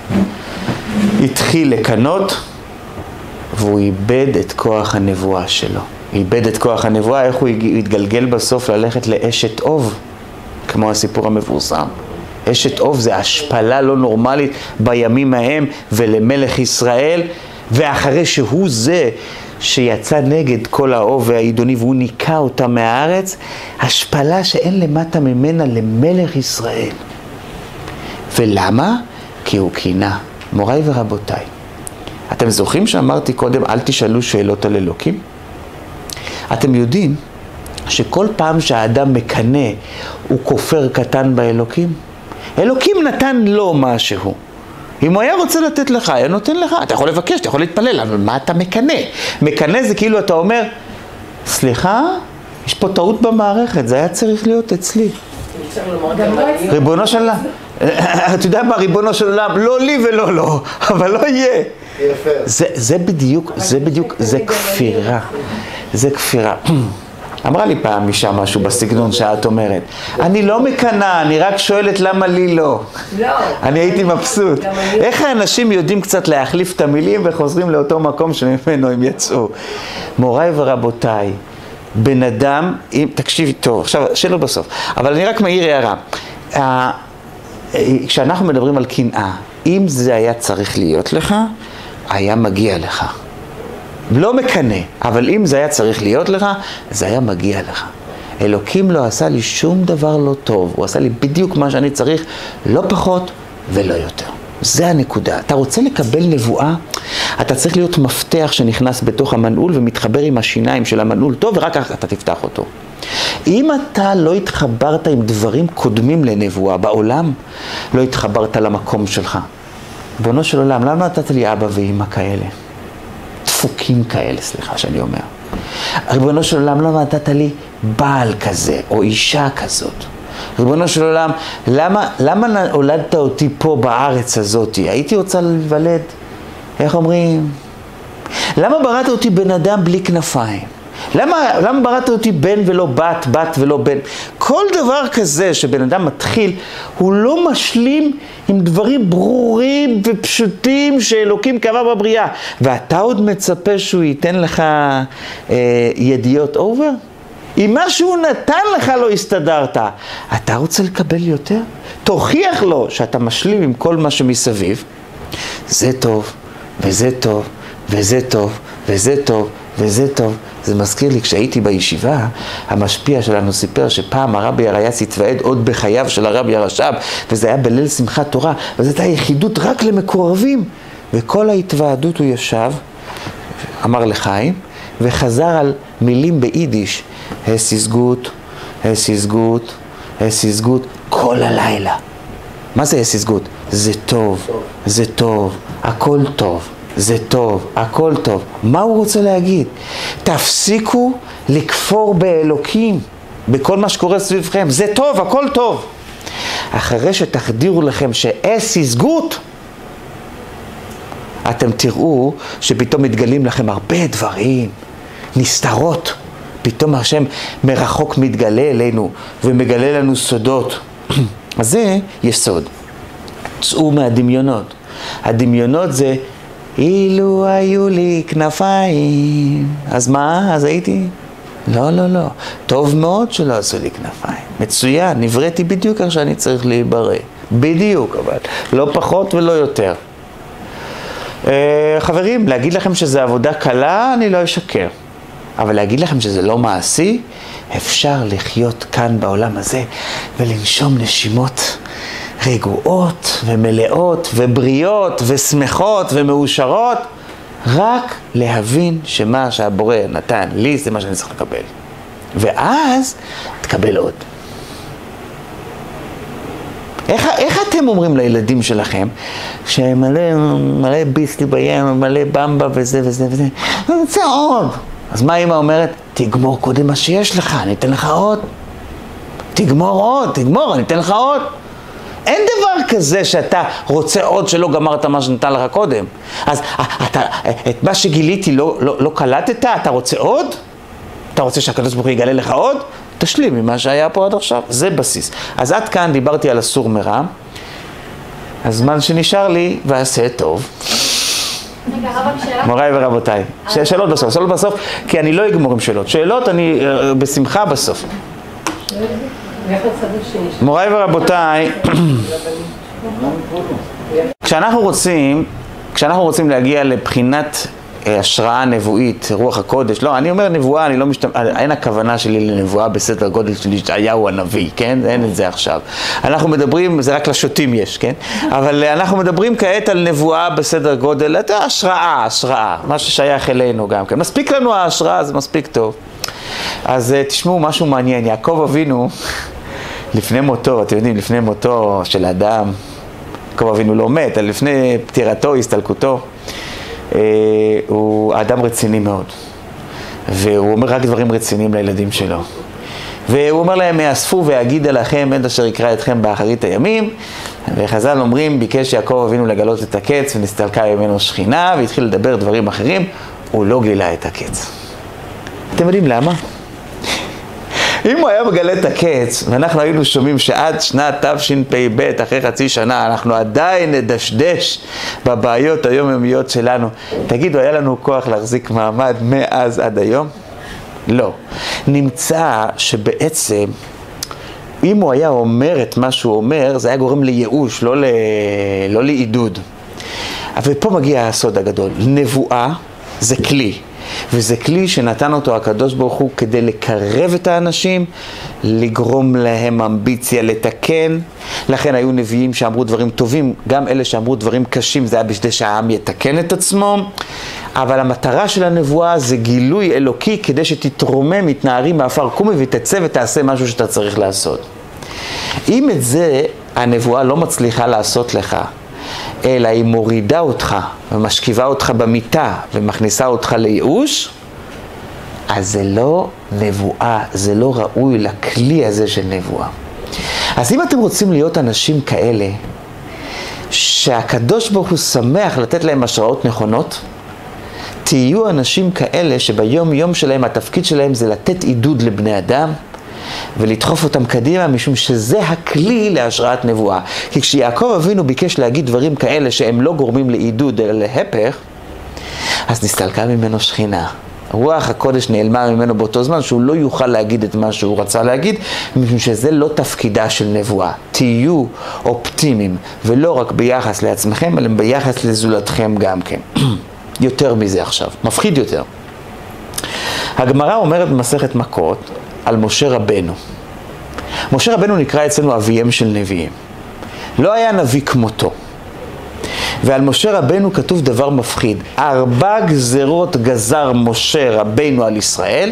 התחיל לקנות, והוא איבד את כוח הנבואה שלו. איבד את כוח הנבואה, איך הוא התגלגל בסוף ללכת לאשת אוב, כמו הסיפור המפורסם. אשת אוב זה השפלה לא נורמלית בימים ההם ולמלך ישראל, ואחרי שהוא זה שיצא נגד כל האוב והעידוני והוא ניקה אותה מהארץ, השפלה שאין למטה ממנה למלך ישראל. ולמה? כי הוא קינה. מוריי ורבותיי, אתם זוכרים שאמרתי קודם אל תשאלו שאלות על אלוקים? אתם יודעים שכל פעם שהאדם מקנה הוא כופר קטן באלוקים? אלוקים נתן לו משהו. אם הוא היה רוצה לתת לך, היה נותן לך. אתה יכול לבקש, אתה יכול להתפלל, אבל מה אתה מקנה? מקנה זה כאילו אתה אומר, סליחה, יש פה טעות במערכת, זה היה צריך להיות אצלי. ריבונו של עולם, אתה יודע מה, ריבונו של עולם, לא לי ולא לא, אבל לא יהיה. זה, זה בדיוק, זה בדיוק, זה כפירה. זה כפירה. אמרה לי פעם אישה משהו בסגנון שאת אומרת, אני לא מקנה, אני רק שואלת למה לי לא. לא. אני הייתי מבסוט. איך האנשים יודעים קצת להחליף את המילים וחוזרים לאותו מקום שממנו הם יצאו? מוריי ורבותיי, בן אדם, אם, תקשיבי טוב, עכשיו, שאלה בסוף, אבל אני רק מעיר הערה. כשאנחנו מדברים על קנאה, אם זה היה צריך להיות לך, היה מגיע לך. לא מקנה, אבל אם זה היה צריך להיות לך, זה היה מגיע לך. אלוקים לא עשה לי שום דבר לא טוב, הוא עשה לי בדיוק מה שאני צריך, לא פחות ולא יותר. זה הנקודה. אתה רוצה לקבל נבואה, אתה צריך להיות מפתח שנכנס בתוך המנעול ומתחבר עם השיניים של המנעול טוב, ורק כך אתה תפתח אותו. אם אתה לא התחברת עם דברים קודמים לנבואה בעולם, לא התחברת למקום שלך. בונו של עולם, למה נתת לי אבא ואמא כאלה? דפוקים כאלה, סליחה שאני אומר. ריבונו של עולם, למה נתת לי בעל כזה או אישה כזאת? ריבונו של עולם, למה, למה הולדת אותי פה בארץ הזאת? הייתי רוצה להיוולד, איך אומרים? למה בראת אותי בן אדם בלי כנפיים? למה, למה בראת אותי בן ולא בת, בת ולא בן? כל דבר כזה שבן אדם מתחיל, הוא לא משלים עם דברים ברורים ופשוטים שאלוקים קבע בבריאה. ואתה עוד מצפה שהוא ייתן לך אה, ידיעות אובר? אם מה שהוא נתן לך לא הסתדרת, אתה רוצה לקבל יותר? תוכיח לו שאתה משלים עם כל מה שמסביב. זה טוב, וזה טוב, וזה טוב, וזה טוב, וזה טוב. זה מזכיר לי, כשהייתי בישיבה, המשפיע שלנו סיפר שפעם הרבי הריי"צ התוועד עוד בחייו של הרבי הרש"ב, וזה היה בליל שמחת תורה, וזו הייתה יחידות רק למקורבים. וכל ההתוועדות הוא ישב, אמר לחיים, וחזר על מילים ביידיש, הסיסגות, הסיסגות, הסיסגות, כל הלילה. מה זה הסיסגות? זה טוב, זה טוב, הכל טוב. זה טוב, הכל טוב. מה הוא רוצה להגיד? תפסיקו לכפור באלוקים, בכל מה שקורה סביבכם. זה טוב, הכל טוב. אחרי שתחדירו לכם שאסיסגות, אתם תראו שפתאום מתגלים לכם הרבה דברים, נסתרות. פתאום השם מרחוק מתגלה אלינו ומגלה לנו סודות. אז זה יסוד. צאו מהדמיונות. הדמיונות זה אילו היו לי כנפיים, אז מה? אז הייתי? לא, לא, לא. טוב מאוד שלא עשו לי כנפיים. מצוין, נבראתי בדיוק איך שאני צריך להיברא. בדיוק, אבל לא פחות ולא יותר. חברים, להגיד לכם שזה עבודה קלה, אני לא אשקר. אבל להגיד לכם שזה לא מעשי, אפשר לחיות כאן בעולם הזה ולנשום נשימות רגועות ומלאות ובריאות ושמחות ומאושרות, רק להבין שמה שהבורא נתן לי זה מה שאני צריך לקבל. ואז תקבל עוד. איך, איך אתם אומרים לילדים שלכם, שמלא מלא ביסלי בים, מלא במבה וזה וזה וזה, אני רוצה עוד. אז מה אמא אומרת? תגמור קודם מה שיש לך, אני אתן לך עוד. תגמור עוד, תגמור, אני אתן לך עוד. אין דבר כזה שאתה רוצה עוד שלא גמרת מה שנתן לך קודם. אז אתה, את מה שגיליתי לא, לא, לא קלטת, אתה רוצה עוד? אתה רוצה שהקדוש ברוך הוא יגלה לך עוד? תשלים ממה שהיה פה עד עכשיו, זה בסיס. אז עד כאן דיברתי על אסור מרע. הזמן שנשאר לי, ועשה טוב. מוריי ורבותיי, שאלות בסוף, שאלות בסוף, כי אני לא אגמור עם שאלות. שאלות אני בשמחה בסוף. מוריי ורבותיי, כשאנחנו רוצים, כשאנחנו רוצים להגיע לבחינת השראה נבואית, רוח הקודש, לא, אני אומר נבואה, אני לא משתמש, אין הכוונה שלי לנבואה בסדר גודל של ישעיהו הנביא, כן? אין את זה עכשיו. אנחנו מדברים, זה רק לשוטים יש, כן? אבל אנחנו מדברים כעת על נבואה בסדר גודל, אתה השראה, השראה, מה ששייך אלינו גם כן. מספיק לנו ההשראה, זה מספיק טוב. אז תשמעו משהו מעניין, יעקב אבינו, לפני מותו, אתם יודעים, לפני מותו של האדם, יעקב אבינו לא מת, אלא לפני פטירתו, הסתלקותו, הוא האדם רציני מאוד, והוא אומר רק דברים רציניים לילדים שלו, והוא אומר להם, יאספו ויגיד עליכם עד אשר יקרא אתכם באחרית הימים. וחז"ל אומרים, ביקש יעקב אבינו לגלות את הקץ ונסתלקה ממנו שכינה והתחיל לדבר דברים אחרים, הוא לא גילה את הקץ. אתם יודעים למה? אם הוא היה מגלה את הקץ, ואנחנו היינו שומעים שעד שנת תשפ"ב, אחרי חצי שנה, אנחנו עדיין נדשדש בבעיות היומיומיות שלנו. תגידו, היה לנו כוח להחזיק מעמד מאז עד היום? לא. נמצא שבעצם, אם הוא היה אומר את מה שהוא אומר, זה היה גורם לייאוש, לא, ל... לא לעידוד. אבל פה מגיע הסוד הגדול. נבואה זה כלי. וזה כלי שנתן אותו הקדוש ברוך הוא כדי לקרב את האנשים, לגרום להם אמביציה לתקן. לכן היו נביאים שאמרו דברים טובים, גם אלה שאמרו דברים קשים, זה היה בשביל שהעם יתקן את עצמו. אבל המטרה של הנבואה זה גילוי אלוקי כדי שתתרומם, מתנערי מאפר קומי ותצא ותעשה משהו שאתה צריך לעשות. אם את זה הנבואה לא מצליחה לעשות לך, אלא היא מורידה אותך ומשכיבה אותך במיטה ומכניסה אותך לייאוש, אז זה לא נבואה, זה לא ראוי לכלי הזה של נבואה. אז אם אתם רוצים להיות אנשים כאלה, שהקדוש ברוך הוא שמח לתת להם השראות נכונות, תהיו אנשים כאלה שביום יום שלהם, התפקיד שלהם זה לתת עידוד לבני אדם, ולדחוף אותם קדימה, משום שזה הכלי להשראת נבואה. כי כשיעקב אבינו ביקש להגיד דברים כאלה שהם לא גורמים לעידוד אלא להפך, אז נסתלקה ממנו שכינה. רוח הקודש נעלמה ממנו באותו זמן שהוא לא יוכל להגיד את מה שהוא רצה להגיד, משום שזה לא תפקידה של נבואה. תהיו אופטימיים, ולא רק ביחס לעצמכם, אלא ביחס לזולתכם גם כן. יותר מזה עכשיו, מפחיד יותר. הגמרא אומרת במסכת מכות, על משה רבנו. משה רבנו נקרא אצלנו אביהם של נביאים. לא היה נביא כמותו. ועל משה רבנו כתוב דבר מפחיד. ארבע גזרות גזר משה רבנו על ישראל.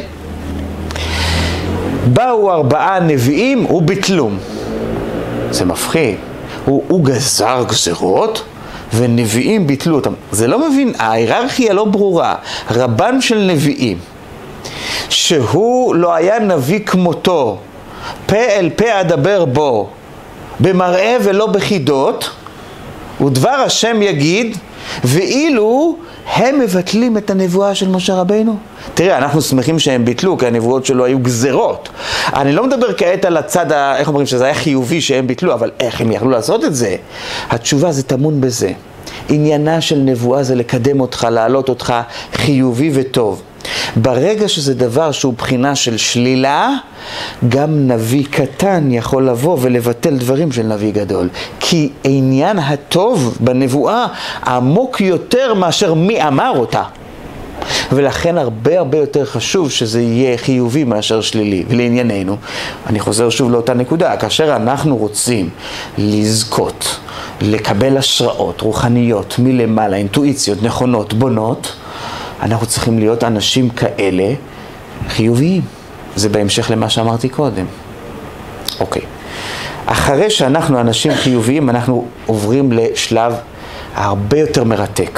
באו ארבעה נביאים וביטלום. זה מפחיד. הוא, הוא גזר גזרות ונביאים ביטלו אותם. זה לא מבין, ההיררכיה לא ברורה. רבן של נביאים. שהוא לא היה נביא כמותו, פה אל פה אדבר בו, במראה ולא בחידות, ודבר השם יגיד, ואילו הם מבטלים את הנבואה של משה רבינו. תראה, אנחנו שמחים שהם ביטלו, כי הנבואות שלו היו גזרות. אני לא מדבר כעת על הצד, איך אומרים, שזה היה חיובי שהם ביטלו, אבל איך הם יכלו לעשות את זה? התשובה זה טמון בזה. עניינה של נבואה זה לקדם אותך, להעלות אותך חיובי וטוב. ברגע שזה דבר שהוא בחינה של שלילה, גם נביא קטן יכול לבוא ולבטל דברים של נביא גדול. כי עניין הטוב בנבואה עמוק יותר מאשר מי אמר אותה. ולכן הרבה הרבה יותר חשוב שזה יהיה חיובי מאשר שלילי. ולענייננו, אני חוזר שוב לאותה נקודה, כאשר אנחנו רוצים לזכות, לקבל השראות רוחניות מלמעלה, אינטואיציות נכונות, בונות, אנחנו צריכים להיות אנשים כאלה חיוביים. זה בהמשך למה שאמרתי קודם. אוקיי. אחרי שאנחנו אנשים חיוביים, אנחנו עוברים לשלב הרבה יותר מרתק.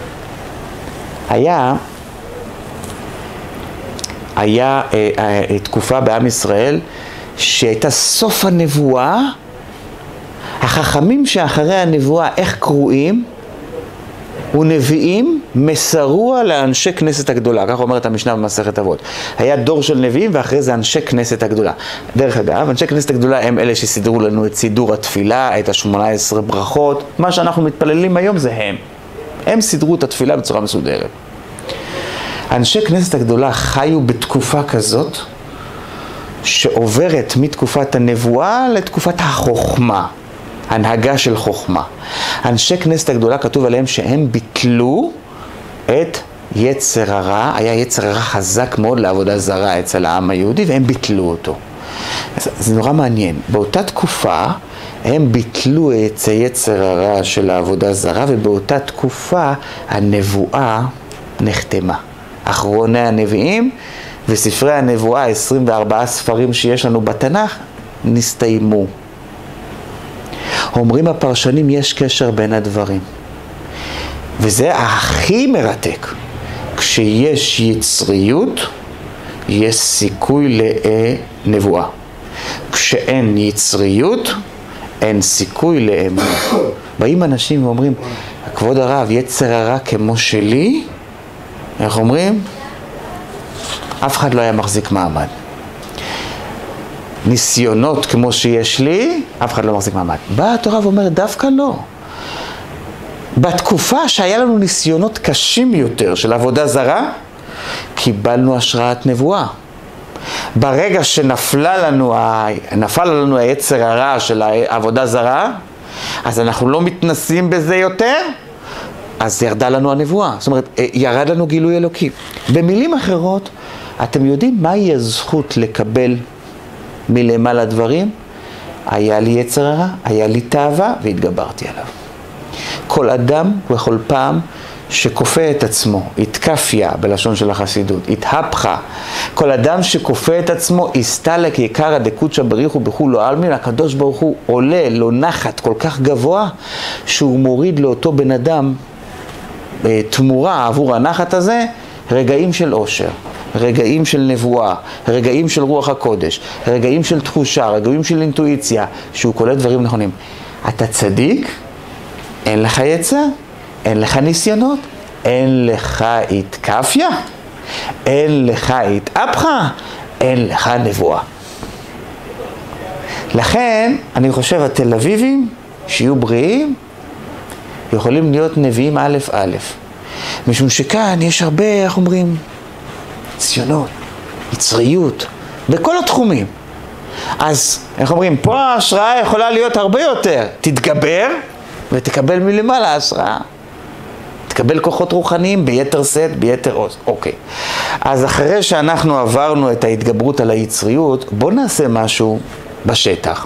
היה, היה אה, אה, תקופה בעם ישראל שהייתה סוף הנבואה, החכמים שאחרי הנבואה, איך קרואים? ונביאים מסרוה לאנשי כנסת הגדולה, כך אומרת המשנה במסכת אבות. היה דור של נביאים ואחרי זה אנשי כנסת הגדולה. דרך אגב, אנשי כנסת הגדולה הם אלה שסידרו לנו את סידור התפילה, את ה-שמונה עשרה ברכות, מה שאנחנו מתפללים היום זה הם. הם סידרו את התפילה בצורה מסודרת. אנשי כנסת הגדולה חיו בתקופה כזאת שעוברת מתקופת הנבואה לתקופת החוכמה. הנהגה של חוכמה. אנשי כנסת הגדולה כתוב עליהם שהם ביטלו את יצר הרע, היה יצר הרע חזק מאוד לעבודה זרה אצל העם היהודי והם ביטלו אותו. זה נורא מעניין. באותה תקופה הם ביטלו את יצר הרע של העבודה זרה ובאותה תקופה הנבואה נחתמה. אחרוני הנביאים וספרי הנבואה, עשרים וארבעה ספרים שיש לנו בתנ"ך, נסתיימו. אומרים הפרשנים, יש קשר בין הדברים. וזה הכי מרתק. כשיש יצריות, יש סיכוי לנבואה. כשאין יצריות, אין סיכוי לאמונה. באים אנשים ואומרים, כבוד הרב, יצר הרע כמו שלי, איך אומרים? אף אחד לא היה מחזיק מעמד. ניסיונות כמו שיש לי, אף אחד לא מחזיק מעמד. באה התורה ואומרת, דווקא לא. בתקופה שהיה לנו ניסיונות קשים יותר של עבודה זרה, קיבלנו השראת נבואה. ברגע שנפלה לנו, נפל לנו היצר הרע של העבודה זרה, אז אנחנו לא מתנסים בזה יותר, אז ירדה לנו הנבואה. זאת אומרת, ירד לנו גילוי אלוקי. במילים אחרות, אתם יודעים מהי הזכות לקבל מלמעלה דברים? היה לי יצר הרע, היה לי תאווה והתגברתי עליו. כל אדם וכל פעם שכופה את עצמו, התקפיה בלשון של החסידות, התהפכה, כל אדם שכופה את עצמו, הסתלק יקרא דקודשא בריחו בכולו עלמין, הקדוש ברוך הוא עולה לו נחת כל כך גבוה, שהוא מוריד לאותו בן אדם תמורה עבור הנחת הזה, רגעים של עושר. רגעים של נבואה, רגעים של רוח הקודש, רגעים של תחושה, רגעים של אינטואיציה, שהוא קולט דברים נכונים. אתה צדיק, אין לך יצר, אין לך ניסיונות, אין לך התקפיה, אין לך התהפכה, אין לך נבואה. לכן, אני חושב, התל אביבים שיהיו בריאים, יכולים להיות נביאים א' א'. משום שכאן יש הרבה, איך אומרים, ניסיונות, יצריות, בכל התחומים. אז, איך אומרים, פה ההשראה יכולה להיות הרבה יותר. תתגבר ותקבל מלמעלה ההשראה. תקבל כוחות רוחניים ביתר שאת, ביתר עוז. אוקיי. אז אחרי שאנחנו עברנו את ההתגברות על היצריות, בואו נעשה משהו בשטח.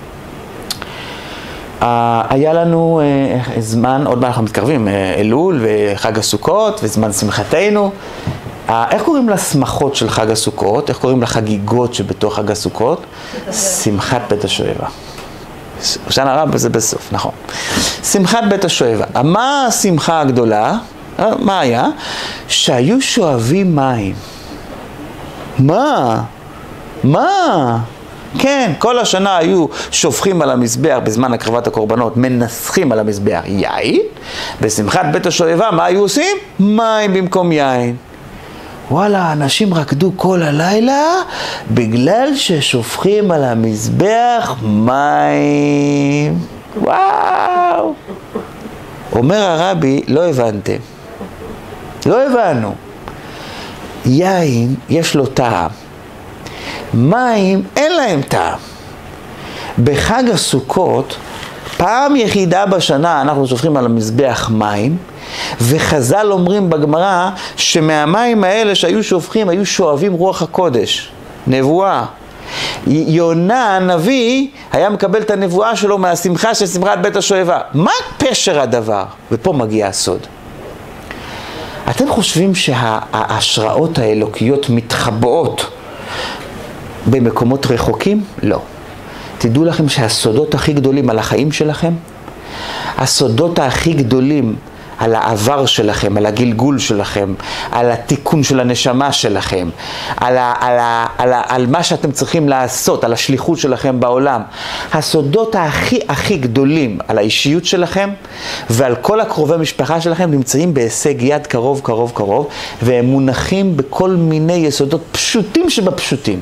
Uh, היה לנו uh, זמן, עוד מעט אנחנו מתקרבים, uh, אלול וחג הסוכות וזמן שמחתנו. Uh, איך קוראים לשמחות של חג הסוכות? איך קוראים לחגיגות שבתוך חג הסוכות? שמחת בית השואבה. שנה רבה זה בסוף, נכון. שמחת בית השואבה. מה השמחה הגדולה? Uh, מה היה? שהיו שואבים מים. מה? מה? כן, כל השנה היו שופכים על המזבח בזמן הקרבת הקורבנות, מנסחים על המזבח יין, בשמחת בית השואבה, מה היו עושים? מים במקום יין. וואלה, אנשים רקדו כל הלילה בגלל ששופכים על המזבח מים. וואו! אומר הרבי, לא הבנתם. לא הבנו. יין יש לו טעם. מים אין להם טעם. בחג הסוכות, פעם יחידה בשנה אנחנו שופכים על המזבח מים, וחז"ל אומרים בגמרא שמהמים האלה שהיו שופכים היו שואבים רוח הקודש, נבואה. יונה הנביא היה מקבל את הנבואה שלו מהשמחה של שמחת בית השואבה. מה פשר הדבר? ופה מגיע הסוד. אתם חושבים שההשראות האלוקיות מתחבאות במקומות רחוקים? לא. תדעו לכם שהסודות הכי גדולים על החיים שלכם, הסודות הכי גדולים על העבר שלכם, על הגלגול שלכם, על התיקון של הנשמה שלכם, על, ה, על, ה, על, ה, על מה שאתם צריכים לעשות, על השליחות שלכם בעולם. הסודות הכי הכי גדולים על האישיות שלכם ועל כל הקרובי משפחה שלכם נמצאים בהישג יד קרוב קרוב קרוב, והם מונחים בכל מיני יסודות פשוטים שבפשוטים.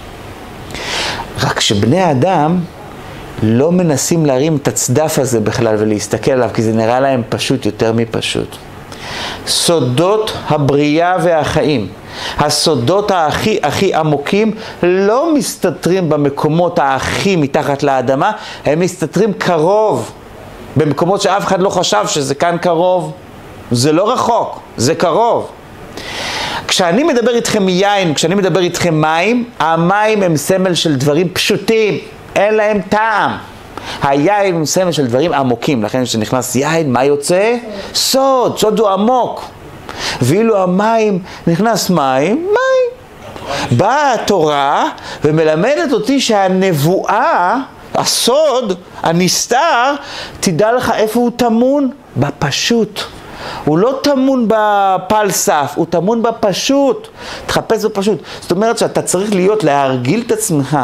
רק שבני האדם לא מנסים להרים את הצדף הזה בכלל ולהסתכל עליו, כי זה נראה להם פשוט יותר מפשוט. סודות הבריאה והחיים, הסודות הכי הכי עמוקים, לא מסתתרים במקומות הכי מתחת לאדמה, הם מסתתרים קרוב, במקומות שאף אחד לא חשב שזה כאן קרוב. זה לא רחוק, זה קרוב. כשאני מדבר איתכם יין, כשאני מדבר איתכם מים, המים הם סמל של דברים פשוטים, אין להם טעם. היין הוא סמל של דברים עמוקים, לכן כשנכנס יין, מה יוצא? סוד, סוד הוא עמוק. ואילו המים, נכנס מים, מים. באה התורה ומלמדת אותי שהנבואה, הסוד, הנסתר, תדע לך איפה הוא תמון? בפשוט. הוא לא תמון בפלסף, הוא תמון בפשוט. תחפש בפשוט. זאת אומרת שאתה צריך להיות, להרגיל את עצמך,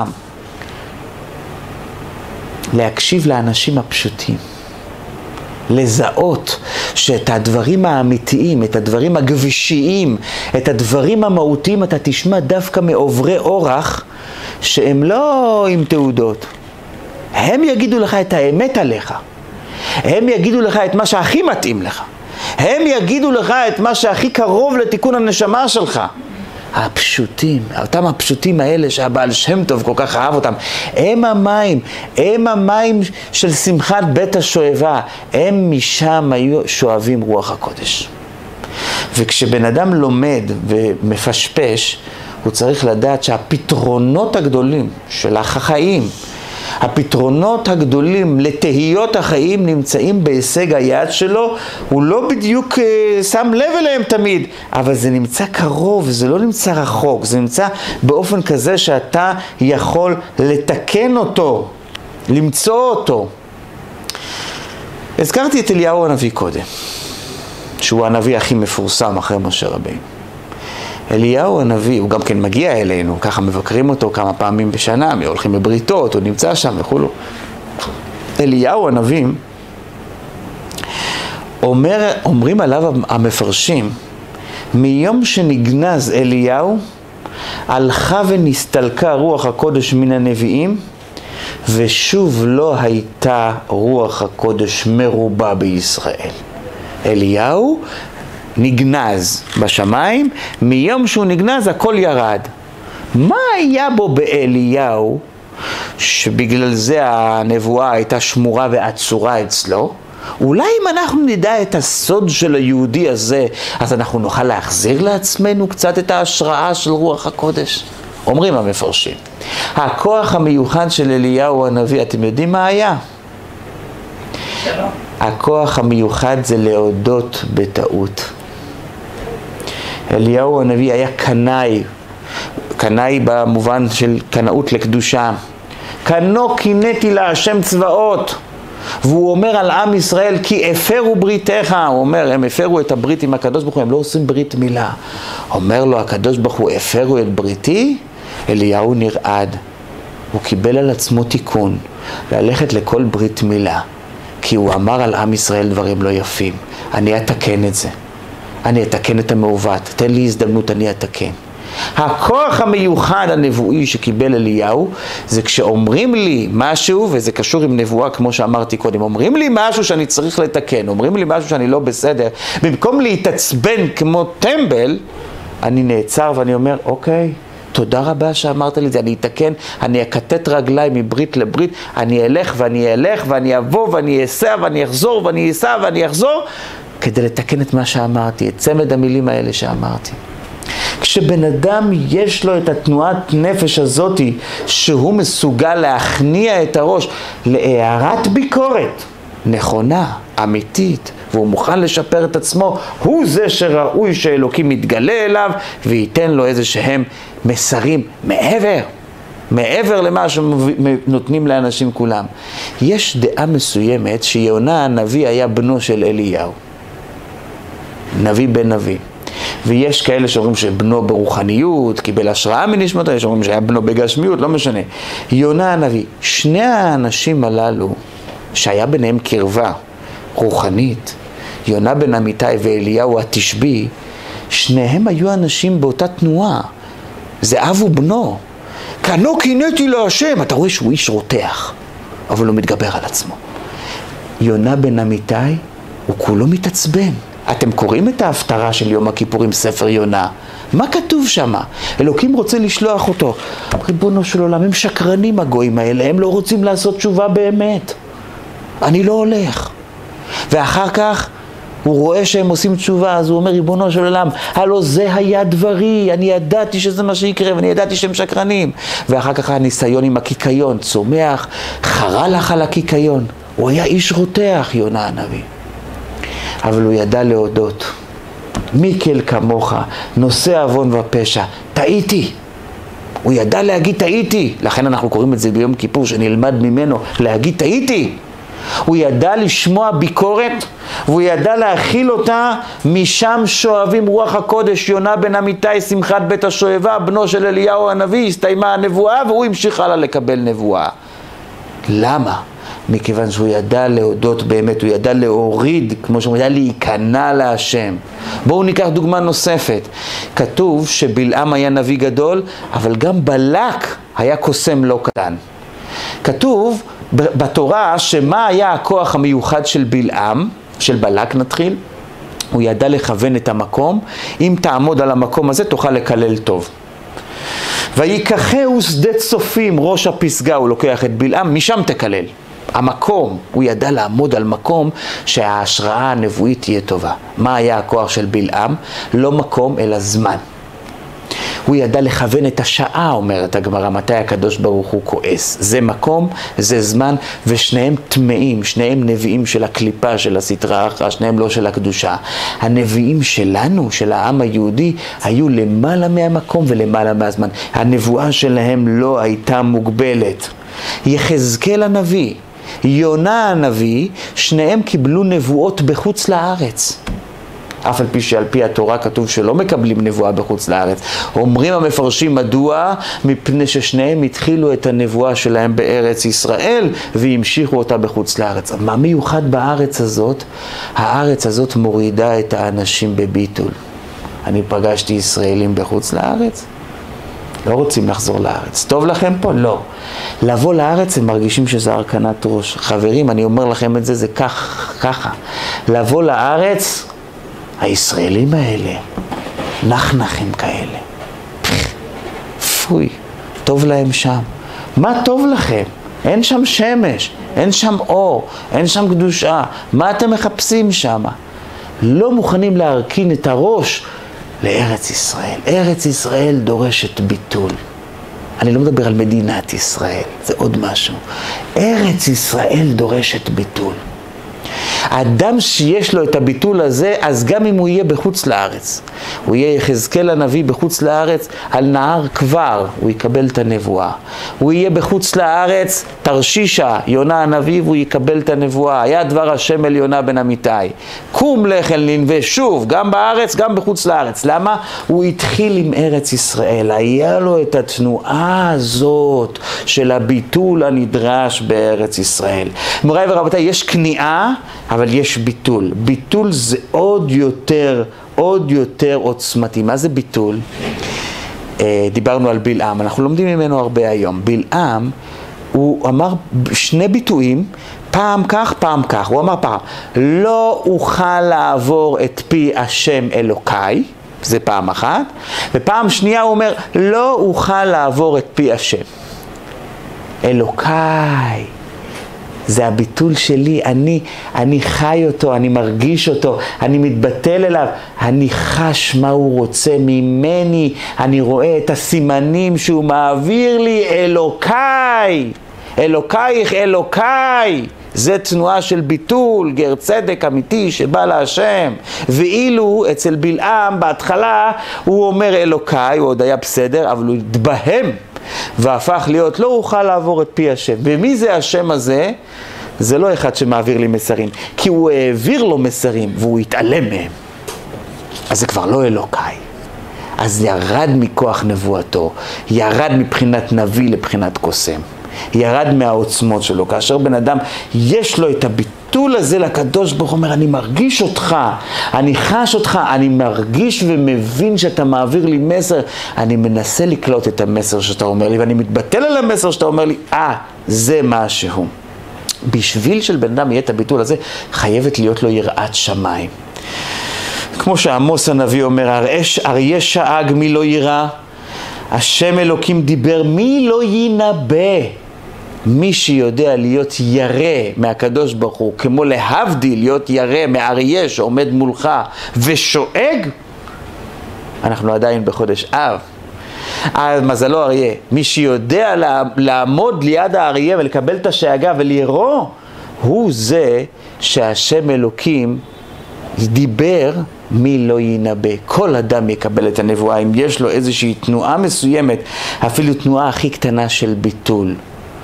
להקשיב לאנשים הפשוטים, לזהות שאת הדברים האמיתיים, את הדברים הגבישיים, את הדברים המהותיים, אתה תשמע דווקא מעוברי אורח שהם לא עם תעודות. הם יגידו לך את האמת עליך. הם יגידו לך את מה שהכי מתאים לך. הם יגידו לך את מה שהכי קרוב לתיקון הנשמה שלך. הפשוטים, אותם הפשוטים האלה שהבעל שם טוב כל כך אהב אותם, הם המים, הם המים של שמחת בית השואבה, הם משם היו שואבים רוח הקודש. וכשבן אדם לומד ומפשפש, הוא צריך לדעת שהפתרונות הגדולים של החיים, הפתרונות הגדולים לתהיות החיים נמצאים בהישג היד שלו. הוא לא בדיוק uh, שם לב אליהם תמיד, אבל זה נמצא קרוב, זה לא נמצא רחוק, זה נמצא באופן כזה שאתה יכול לתקן אותו, למצוא אותו. הזכרתי את אליהו הנביא קודם, שהוא הנביא הכי מפורסם אחרי משה רבינו. אליהו הנביא, הוא גם כן מגיע אלינו, ככה מבקרים אותו כמה פעמים בשנה, הולכים לבריתות, הוא נמצא שם וכולו. אליהו הנביא, אומר, אומרים עליו המפרשים, מיום שנגנז אליהו, הלכה ונסתלקה רוח הקודש מן הנביאים, ושוב לא הייתה רוח הקודש מרובה בישראל. אליהו נגנז בשמיים, מיום שהוא נגנז הכל ירד. מה היה בו באליהו שבגלל זה הנבואה הייתה שמורה ועצורה אצלו? אולי אם אנחנו נדע את הסוד של היהודי הזה, אז אנחנו נוכל להחזיר לעצמנו קצת את ההשראה של רוח הקודש. אומרים המפרשים, הכוח המיוחד של אליהו הנביא, אתם יודעים מה היה? שלום. הכוח המיוחד זה להודות בטעות. אליהו הנביא היה קנאי, קנאי במובן של קנאות לקדושה. קנו קינאתי להשם צבאות, והוא אומר על עם ישראל כי הפרו בריתך. הוא אומר, הם הפרו את הברית עם הקדוש ברוך הוא, הם לא עושים ברית מילה. אומר לו הקדוש ברוך הוא, הפרו את בריתי? אליהו נרעד, הוא קיבל על עצמו תיקון ללכת לכל ברית מילה, כי הוא אמר על עם ישראל דברים לא יפים. אני אתקן את זה, אני אתקן את המעוות, תן לי הזדמנות, אני אתקן. הכוח המיוחד הנבואי שקיבל אליהו, זה כשאומרים לי משהו, וזה קשור עם נבואה כמו שאמרתי קודם, אומרים לי משהו שאני צריך לתקן, אומרים לי משהו שאני לא בסדר, במקום להתעצבן כמו טמבל, אני נעצר ואני אומר, אוקיי, תודה רבה שאמרת לי את זה, אני אתקן, אני אקטט רגליי מברית לברית, אני אלך ואני אלך ואני אבוא ואני אסע ואני אחזור ואני אסע ואני אחזור, כדי לתקן את מה שאמרתי, את צמד המילים האלה שאמרתי. כשבן אדם יש לו את התנועת נפש הזאת, שהוא מסוגל להכניע את הראש להערת ביקורת נכונה, אמיתית, והוא מוכן לשפר את עצמו, הוא זה שראוי שאלוקים יתגלה אליו וייתן לו איזה שהם מסרים מעבר, מעבר למה שנותנים לאנשים כולם. יש דעה מסוימת שיונה הנביא היה בנו של אליהו. נביא בן נביא. ויש כאלה שאומרים שבנו ברוחניות, קיבל השראה מנשמתו, יש אומרים שהיה בנו בגשמיות, לא משנה. יונה הנביא, שני האנשים הללו, שהיה ביניהם קרבה רוחנית, יונה בן אמיתי ואליהו התשבי, שניהם היו אנשים באותה תנועה. זה אב ובנו. כנו קינאתי להשם, אתה רואה שהוא איש רותח, אבל הוא מתגבר על עצמו. יונה בן אמיתי, הוא כולו מתעצבן. אתם קוראים את ההפטרה של יום הכיפורים, ספר יונה. מה כתוב שם? אלוקים רוצה לשלוח אותו. ריבונו של עולם, הם שקרנים הגויים האלה, הם לא רוצים לעשות תשובה באמת. אני לא הולך. ואחר כך הוא רואה שהם עושים תשובה, אז הוא אומר, ריבונו של עולם, הלא זה היה דברי, אני ידעתי שזה מה שיקרה, ואני ידעתי שהם שקרנים. ואחר כך הניסיון עם הקיקיון, צומח, חרה לך על הקיקיון. הוא היה איש רותח, יונה הנביא. אבל הוא ידע להודות. מיקל כמוך, נושא עוון ופשע, טעיתי. הוא ידע להגיד טעיתי, לכן אנחנו קוראים את זה ביום כיפור, שנלמד ממנו להגיד טעיתי. הוא ידע לשמוע ביקורת, והוא ידע להכיל אותה, משם שואבים רוח הקודש. יונה בן אמיתי, שמחת בית השואבה, בנו של אליהו הנביא, הסתיימה הנבואה, והוא המשיך הלאה לקבל נבואה. למה? מכיוון שהוא ידע להודות באמת, הוא ידע להוריד, כמו שהוא ידע להיכנע להשם. בואו ניקח דוגמה נוספת. כתוב שבלעם היה נביא גדול, אבל גם בלק היה קוסם לא קטן. כתוב בתורה שמה היה הכוח המיוחד של בלעם, של בלק נתחיל, הוא ידע לכוון את המקום, אם תעמוד על המקום הזה תוכל לקלל טוב. ויקחהו שדה צופים, ראש הפסגה, הוא לוקח את בלעם, משם תקלל. המקום, הוא ידע לעמוד על מקום שההשראה הנבואית תהיה טובה. מה היה הכוח של בלעם? לא מקום אלא זמן. הוא ידע לכוון את השעה, אומרת הגמרא, מתי הקדוש ברוך הוא כועס. זה מקום, זה זמן, ושניהם טמאים, שניהם נביאים של הקליפה, של הסטרא אחרא, שניהם לא של הקדושה. הנביאים שלנו, של העם היהודי, היו למעלה מהמקום ולמעלה מהזמן. הנבואה שלהם לא הייתה מוגבלת. יחזקאל הנביא, יונה הנביא, שניהם קיבלו נבואות בחוץ לארץ. אף על פי שעל פי התורה כתוב שלא מקבלים נבואה בחוץ לארץ. אומרים המפרשים מדוע? מפני ששניהם התחילו את הנבואה שלהם בארץ ישראל והמשיכו אותה בחוץ לארץ. מה מיוחד בארץ הזאת? הארץ הזאת מורידה את האנשים בביטול. אני פגשתי ישראלים בחוץ לארץ, לא רוצים לחזור לארץ. טוב לכם פה? לא. לבוא לארץ הם מרגישים שזה הרכנת ראש. חברים, אני אומר לכם את זה, זה כך, ככה. לבוא לארץ, הישראלים האלה, נחנחים כאלה. פוי, טוב להם שם. מה טוב לכם? אין שם שמש, אין שם אור, אין שם קדושה. מה אתם מחפשים שם? לא מוכנים להרכין את הראש לארץ ישראל. ארץ ישראל דורשת ביטול. אני לא מדבר על מדינת ישראל, זה עוד משהו. ארץ ישראל דורשת ביטול. האדם שיש לו את הביטול הזה, אז גם אם הוא יהיה בחוץ לארץ, הוא יהיה יחזקאל הנביא בחוץ לארץ, על נהר כבר, הוא יקבל את הנבואה. הוא יהיה בחוץ לארץ, תרשישה, יונה הנביא, והוא יקבל את הנבואה. היה דבר השם אל יונה בן אמיתי. קום לך אל נינווה, שוב, גם בארץ, גם בחוץ לארץ. למה? הוא התחיל עם ארץ ישראל. היה לו את התנועה הזאת של הביטול הנדרש בארץ ישראל. מוריי ורבותיי, יש כניעה, אבל יש ביטול. ביטול זה עוד יותר, עוד יותר עוצמתי. מה זה ביטול? דיברנו על בלעם, אנחנו לומדים ממנו הרבה היום. בלעם, הוא אמר שני ביטויים, פעם כך, פעם כך. הוא אמר פעם, לא אוכל לעבור את פי השם אלוקיי, זה פעם אחת, ופעם שנייה הוא אומר, לא אוכל לעבור את פי השם. אלוקיי. זה הביטול שלי, אני, אני חי אותו, אני מרגיש אותו, אני מתבטל אליו, אני חש מה הוא רוצה ממני, אני רואה את הסימנים שהוא מעביר לי, אלוקיי, אלוקייך, אלוקיי. זה תנועה של ביטול, גר צדק אמיתי שבא להשם. ואילו אצל בלעם בהתחלה הוא אומר אלוקיי, הוא עוד היה בסדר, אבל הוא התבהם והפך להיות לא אוכל לעבור את פי השם. ומי זה השם הזה? זה לא אחד שמעביר לי מסרים, כי הוא העביר לו מסרים והוא התעלם מהם. אז זה כבר לא אלוקיי. אז ירד מכוח נבואתו, ירד מבחינת נביא לבחינת קוסם. ירד מהעוצמות שלו. כאשר בן אדם יש לו את הביטול הזה לקדוש ברוך הוא, אומר, אני מרגיש אותך, אני חש אותך, אני מרגיש ומבין שאתה מעביר לי מסר, אני מנסה לקלוט את המסר שאתה אומר לי, ואני מתבטל על המסר שאתה אומר לי, אה, זה משהו. בשביל של בן אדם יהיה את הביטול הזה, חייבת להיות לו יראת שמיים. כמו שעמוס הנביא אומר, אריה שאג מי לא יירא, השם אלוקים דיבר מי לא ינבא. מי שיודע להיות ירא מהקדוש ברוך הוא, כמו להבדיל להיות ירא מאריה שעומד מולך ושואג, אנחנו עדיין בחודש אב. אז מזלו אריה, מי שיודע לעמוד ליד האריה ולקבל את השאגה ולראות, הוא זה שהשם אלוקים דיבר מי לא ינבא. כל אדם יקבל את הנבואה אם יש לו איזושהי תנועה מסוימת, אפילו תנועה הכי קטנה של ביטול.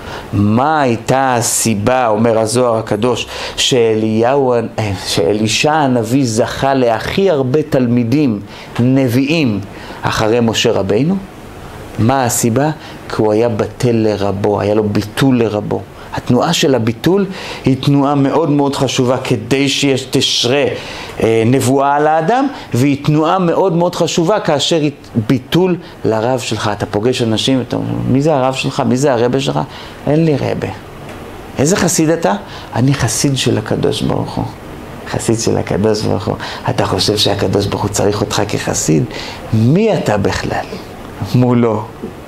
מה הייתה הסיבה, אומר הזוהר הקדוש, שאליהו, שאלישע הנביא זכה להכי הרבה תלמידים, נביאים, אחרי משה רבינו? מה הסיבה? כי הוא היה בטל לרבו, היה לו ביטול לרבו. התנועה של הביטול היא תנועה מאוד מאוד חשובה כדי שיש תשרה אה, נבואה על האדם, והיא תנועה מאוד מאוד חשובה כאשר היא ביטול לרב שלך. אתה פוגש אנשים ואתה אומר, מי זה הרב שלך? מי זה הרבה שלך? אין לי רבה. איזה חסיד אתה? אני חסיד של הקדוש ברוך הוא. חסיד של הקדוש ברוך הוא. אתה חושב שהקדוש ברוך הוא צריך אותך כחסיד? מי אתה בכלל? מולו.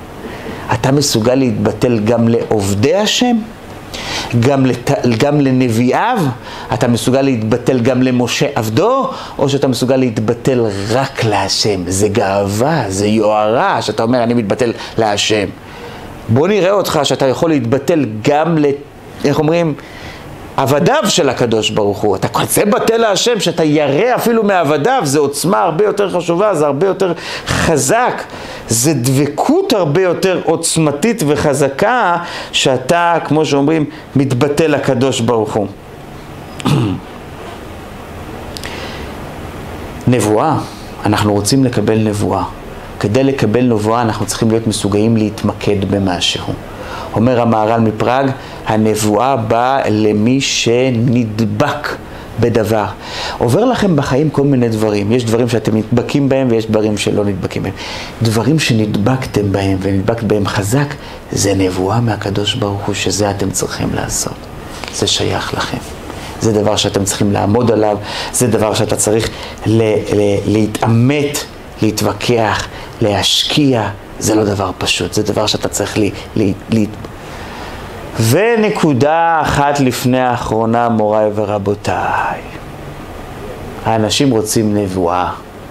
אתה מסוגל להתבטל גם לעובדי השם? גם, לת... גם לנביאיו? אתה מסוגל להתבטל גם למשה עבדו? או שאתה מסוגל להתבטל רק להשם? זה גאווה, זה יוערה, שאתה אומר אני מתבטל להשם. בוא נראה אותך שאתה יכול להתבטל גם ל... איך אומרים? עבדיו של הקדוש ברוך הוא. אתה כזה בטל להשם שאתה ירא אפילו מעבדיו, זה עוצמה הרבה יותר חשובה, זה הרבה יותר חזק, זה דבקות הרבה יותר עוצמתית וחזקה, שאתה, כמו שאומרים, מתבטל לקדוש ברוך הוא. נבואה, אנחנו רוצים לקבל נבואה. כדי לקבל נבואה אנחנו צריכים להיות מסוגלים להתמקד במשהו. אומר המהר"ל מפראג, הנבואה באה למי שנדבק בדבר. עובר לכם בחיים כל מיני דברים. יש דברים שאתם נדבקים בהם ויש דברים שלא נדבקים בהם. דברים שנדבקתם בהם ונדבקת בהם חזק, זה נבואה מהקדוש ברוך הוא, שזה אתם צריכים לעשות. זה שייך לכם. זה דבר שאתם צריכים לעמוד עליו, זה דבר שאתה צריך ל- ל- להתאמת, להתווכח, להשקיע. זה לא דבר פשוט, זה דבר שאתה צריך לי, לי, לי. ונקודה אחת לפני האחרונה, מוריי ורבותיי. האנשים רוצים נבואה.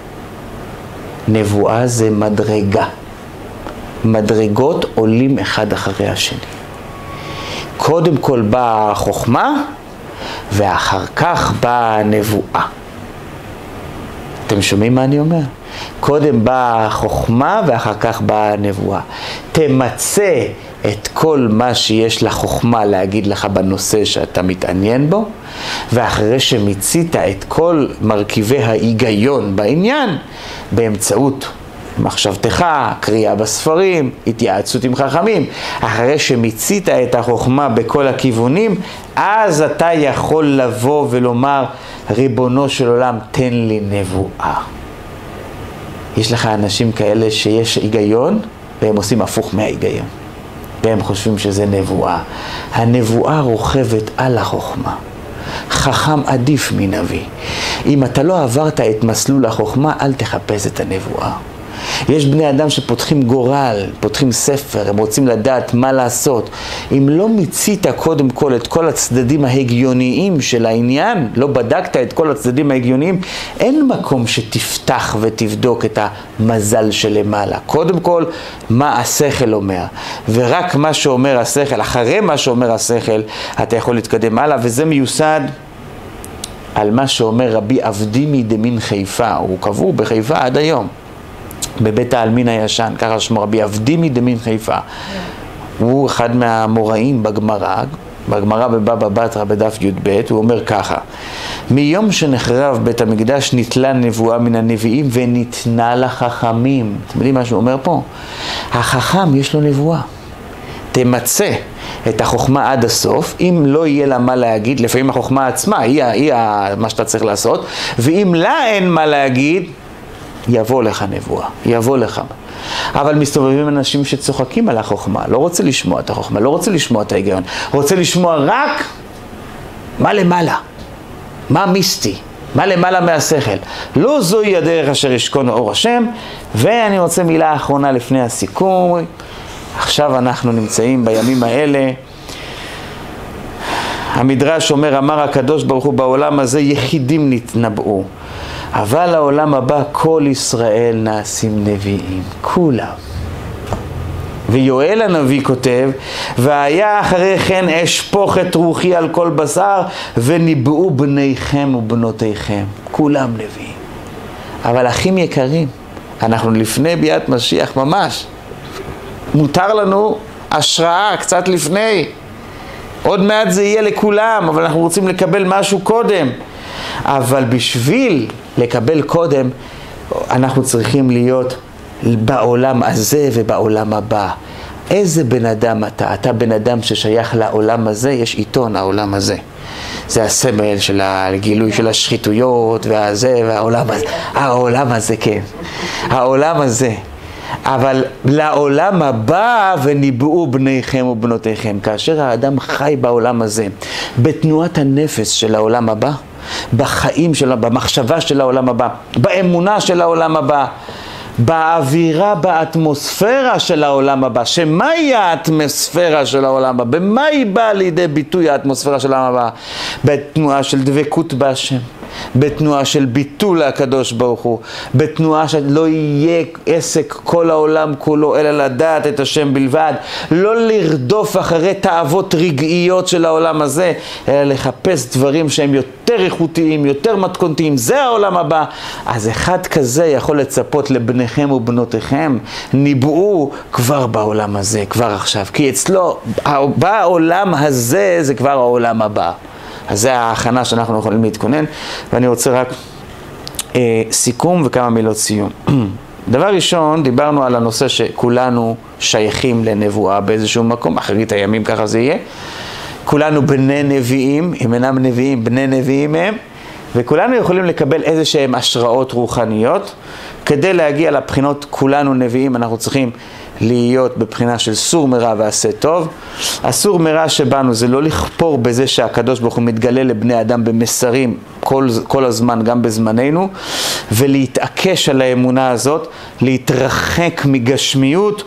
נבואה זה מדרגה. מדרגות עולים אחד אחרי השני. קודם כל באה החוכמה, ואחר כך באה הנבואה. אתם שומעים מה אני אומר? קודם באה החוכמה ואחר כך באה הנבואה. תמצא את כל מה שיש לחוכמה להגיד לך בנושא שאתה מתעניין בו, ואחרי שמיצית את כל מרכיבי ההיגיון בעניין, באמצעות מחשבתך, קריאה בספרים, התייעצות עם חכמים, אחרי שמיצית את החוכמה בכל הכיוונים, אז אתה יכול לבוא ולומר, ריבונו של עולם, תן לי נבואה. יש לך אנשים כאלה שיש היגיון, והם עושים הפוך מההיגיון. והם חושבים שזה נבואה. הנבואה רוכבת על החוכמה. חכם עדיף מנביא. אם אתה לא עברת את מסלול החוכמה, אל תחפש את הנבואה. יש בני אדם שפותחים גורל, פותחים ספר, הם רוצים לדעת מה לעשות. אם לא מיצית קודם כל את כל הצדדים ההגיוניים של העניין, לא בדקת את כל הצדדים ההגיוניים, אין מקום שתפתח ותבדוק את המזל שלמעלה. קודם כל, מה השכל אומר. ורק מה שאומר השכל, אחרי מה שאומר השכל, אתה יכול להתקדם הלאה, וזה מיוסד על מה שאומר רבי אבדימי דמין חיפה. הוא קבור בחיפה עד היום. בבית העלמין הישן, ככה שמו רבי אבדימי דמין חיפה. הוא אחד מהמוראים בגמרא, בגמרא בבבא בתרא בדף י"ב, הוא אומר ככה: מיום שנחרב בית המקדש ניטלה נבואה מן הנביאים וניתנה לחכמים. אתם יודעים מה שהוא אומר פה? החכם יש לו נבואה. תמצא את החוכמה עד הסוף, אם לא יהיה לה מה להגיד, לפעמים החוכמה עצמה היא, היא מה שאתה צריך לעשות, ואם לה אין מה להגיד, יבוא לך נבואה, יבוא לך. אבל מסתובבים אנשים שצוחקים על החוכמה, לא רוצה לשמוע את החוכמה, לא רוצה לשמוע את ההיגיון, רוצה לשמוע רק מה למעלה, מה מיסטי, מה למעלה מהשכל. לא זוהי הדרך אשר ישכון אור השם. ואני רוצה מילה אחרונה לפני הסיכום. עכשיו אנחנו נמצאים בימים האלה, המדרש אומר, אמר הקדוש ברוך הוא, בעולם הזה יחידים נתנבאו, אבל העולם הבא כל ישראל נעשים נביאים, כולם. ויואל הנביא כותב, והיה אחרי כן אשפוך את רוחי על כל בשר, וניבאו בניכם ובנותיכם, כולם נביאים. אבל אחים יקרים, אנחנו לפני ביאת משיח ממש, מותר לנו השראה קצת לפני, עוד מעט זה יהיה לכולם, אבל אנחנו רוצים לקבל משהו קודם. אבל בשביל לקבל קודם, אנחנו צריכים להיות בעולם הזה ובעולם הבא. איזה בן אדם אתה? אתה בן אדם ששייך לעולם הזה, יש עיתון העולם הזה. זה הסמל של הגילוי של השחיתויות והזה והעולם הזה. העולם הזה, כן. העולם הזה. אבל לעולם הבא וניבאו בניכם ובנותיכם. כאשר האדם חי בעולם הזה, בתנועת הנפש של העולם הבא, בחיים שלה, במחשבה של העולם הבא, באמונה של העולם הבא, באווירה, באטמוספירה של העולם הבא. שמהי האטמוספירה של העולם הבא? במה היא באה לידי ביטוי האטמוספירה של העולם הבא? בתנועה של דבקות בהשם, בתנועה של ביטול הקדוש ברוך הוא, בתנועה שלא יהיה עסק כל העולם כולו, אלא לדעת את השם בלבד, לא לרדוף אחרי תאוות רגעיות של העולם הזה, אלא לחפש דברים שהם יותר איכותיים, יותר מתכונתיים, זה העולם הבא. אז אחד כזה יכול לצפות לבניכם ובנותיכם, ניבאו כבר בעולם הזה, כבר עכשיו, כי אצלו, בעולם הזה זה כבר העולם הבא. אז זה ההכנה שאנחנו יכולים להתכונן, ואני רוצה רק אה, סיכום וכמה מילות סיום. דבר ראשון, דיברנו על הנושא שכולנו שייכים לנבואה באיזשהו מקום, אחרית הימים ככה זה יהיה. כולנו בני נביאים, אם אינם נביאים, בני נביאים הם, וכולנו יכולים לקבל איזה שהם השראות רוחניות. כדי להגיע לבחינות כולנו נביאים, אנחנו צריכים להיות בבחינה של סור מרע ועשה טוב. הסור מרע שבנו זה לא לכפור בזה שהקדוש ברוך הוא מתגלה לבני אדם במסרים כל, כל הזמן, גם בזמננו, ולהתעקש על האמונה הזאת, להתרחק מגשמיות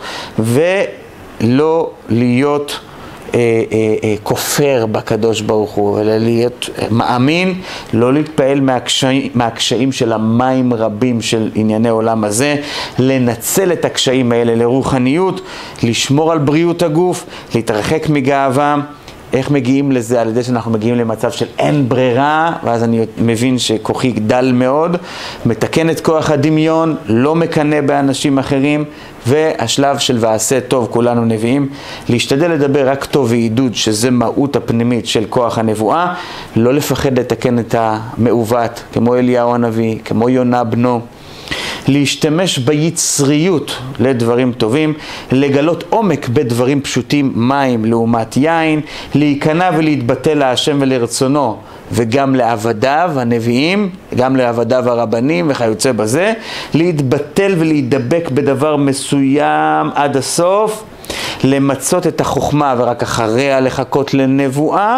ולא להיות אה, אה, אה, כופר בקדוש ברוך הוא, אלא להיות מאמין, לא להתפעל מהקשיים, מהקשיים של המים רבים של ענייני עולם הזה, לנצל את הקשיים האלה לרוחניות, לשמור על בריאות הגוף, להתרחק מגאווה. איך מגיעים לזה? על ידי שאנחנו מגיעים למצב של אין ברירה, ואז אני מבין שכוחי גדל מאוד, מתקן את כוח הדמיון, לא מקנא באנשים אחרים, והשלב של ועשה טוב, כולנו נביאים, להשתדל לדבר רק טוב ועידוד, שזה מהות הפנימית של כוח הנבואה, לא לפחד לתקן את המעוות, כמו אליהו הנביא, כמו יונה בנו, להשתמש ביצריות לדברים טובים, לגלות עומק בדברים פשוטים, מים לעומת יין, להיכנע ולהתבטל להשם ולרצונו, וגם לעבדיו הנביאים, גם לעבדיו הרבנים וכיוצא בזה, להתבטל ולהידבק בדבר מסוים עד הסוף, למצות את החוכמה ורק אחריה לחכות לנבואה,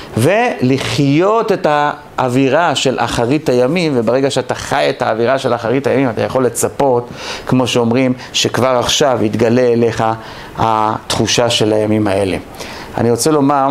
ולחיות את האווירה של אחרית הימים, וברגע שאתה חי את האווירה של אחרית הימים, אתה יכול לצפות, כמו שאומרים, שכבר עכשיו יתגלה אליך התחושה של הימים האלה. אני רוצה לומר,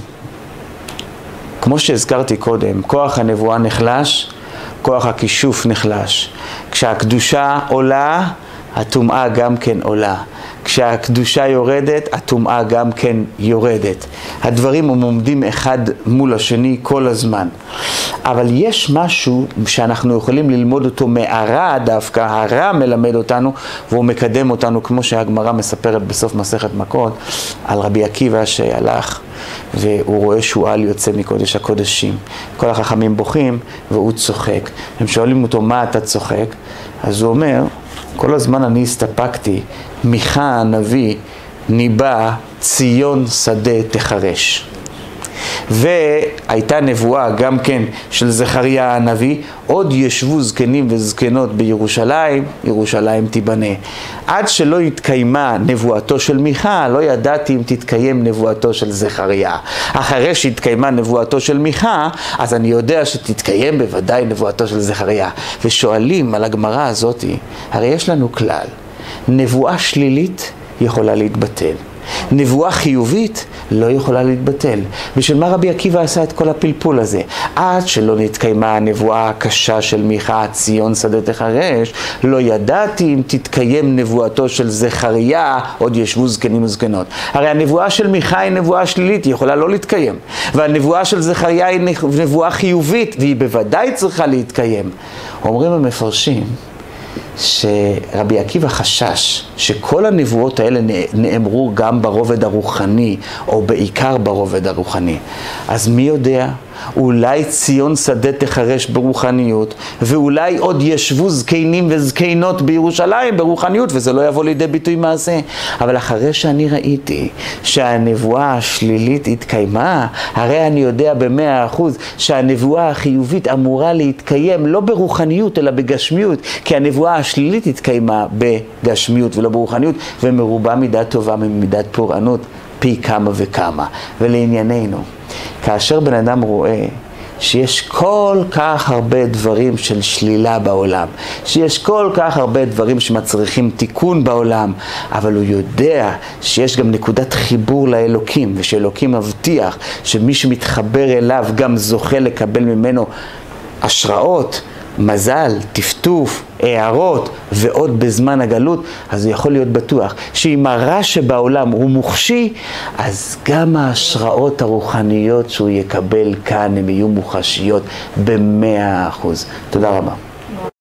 כמו שהזכרתי קודם, כוח הנבואה נחלש, כוח הכישוף נחלש. כשהקדושה עולה, הטומאה גם כן עולה. כשהקדושה יורדת, הטומאה גם כן יורדת. הדברים הם עומדים אחד מול השני כל הזמן. אבל יש משהו שאנחנו יכולים ללמוד אותו מהרע דווקא, הרע מלמד אותנו, והוא מקדם אותנו, כמו שהגמרא מספרת בסוף מסכת מכות, על רבי עקיבא שהלך, והוא רואה שועל יוצא מקודש הקודשים. כל החכמים בוכים, והוא צוחק. הם שואלים אותו, מה אתה צוחק? אז הוא אומר, כל הזמן אני הסתפקתי, מיכה הנביא ניבא ציון שדה תחרש. והייתה נבואה גם כן של זכריה הנביא, עוד ישבו זקנים וזקנות בירושלים, ירושלים תיבנה. עד שלא התקיימה נבואתו של מיכה, לא ידעתי אם תתקיים נבואתו של זכריה. אחרי שהתקיימה נבואתו של מיכה, אז אני יודע שתתקיים בוודאי נבואתו של זכריה. ושואלים על הגמרא הזאת, הרי יש לנו כלל, נבואה שלילית יכולה להתבטל. נבואה חיובית לא יכולה להתבטל. בשביל מה רבי עקיבא עשה את כל הפלפול הזה? עד שלא נתקיימה הנבואה הקשה של מיכה, ציון שדה תחרש, לא ידעתי אם תתקיים נבואתו של זכריה, עוד ישבו זקנים וזקנות. הרי הנבואה של מיכה היא נבואה שלילית, היא יכולה לא להתקיים. והנבואה של זכריה היא נבואה חיובית, והיא בוודאי צריכה להתקיים. אומרים המפרשים, שרבי עקיבא חשש שכל הנבואות האלה נאמרו גם ברובד הרוחני, או בעיקר ברובד הרוחני. אז מי יודע? אולי ציון שדה תחרש ברוחניות, ואולי עוד ישבו זקנים וזקנות בירושלים ברוחניות, וזה לא יבוא לידי ביטוי מעשה. אבל אחרי שאני ראיתי שהנבואה השלילית התקיימה, הרי אני יודע במאה אחוז שהנבואה החיובית אמורה להתקיים לא ברוחניות אלא בגשמיות, כי הנבואה השלילית התקיימה בגשמיות ולא ברוחניות, ומרובה מידת טובה ממידת פורענות פי כמה וכמה. ולענייננו, כאשר בן אדם רואה שיש כל כך הרבה דברים של שלילה בעולם, שיש כל כך הרבה דברים שמצריכים תיקון בעולם, אבל הוא יודע שיש גם נקודת חיבור לאלוקים, ושאלוקים מבטיח שמי שמתחבר אליו גם זוכה לקבל ממנו השראות, מזל, טפטוף, הערות ועוד בזמן הגלות, אז הוא יכול להיות בטוח שאם הרע שבעולם הוא מוחשי, אז גם ההשראות הרוחניות שהוא יקבל כאן הם יהיו מוחשיות במאה אחוז. תודה רבה.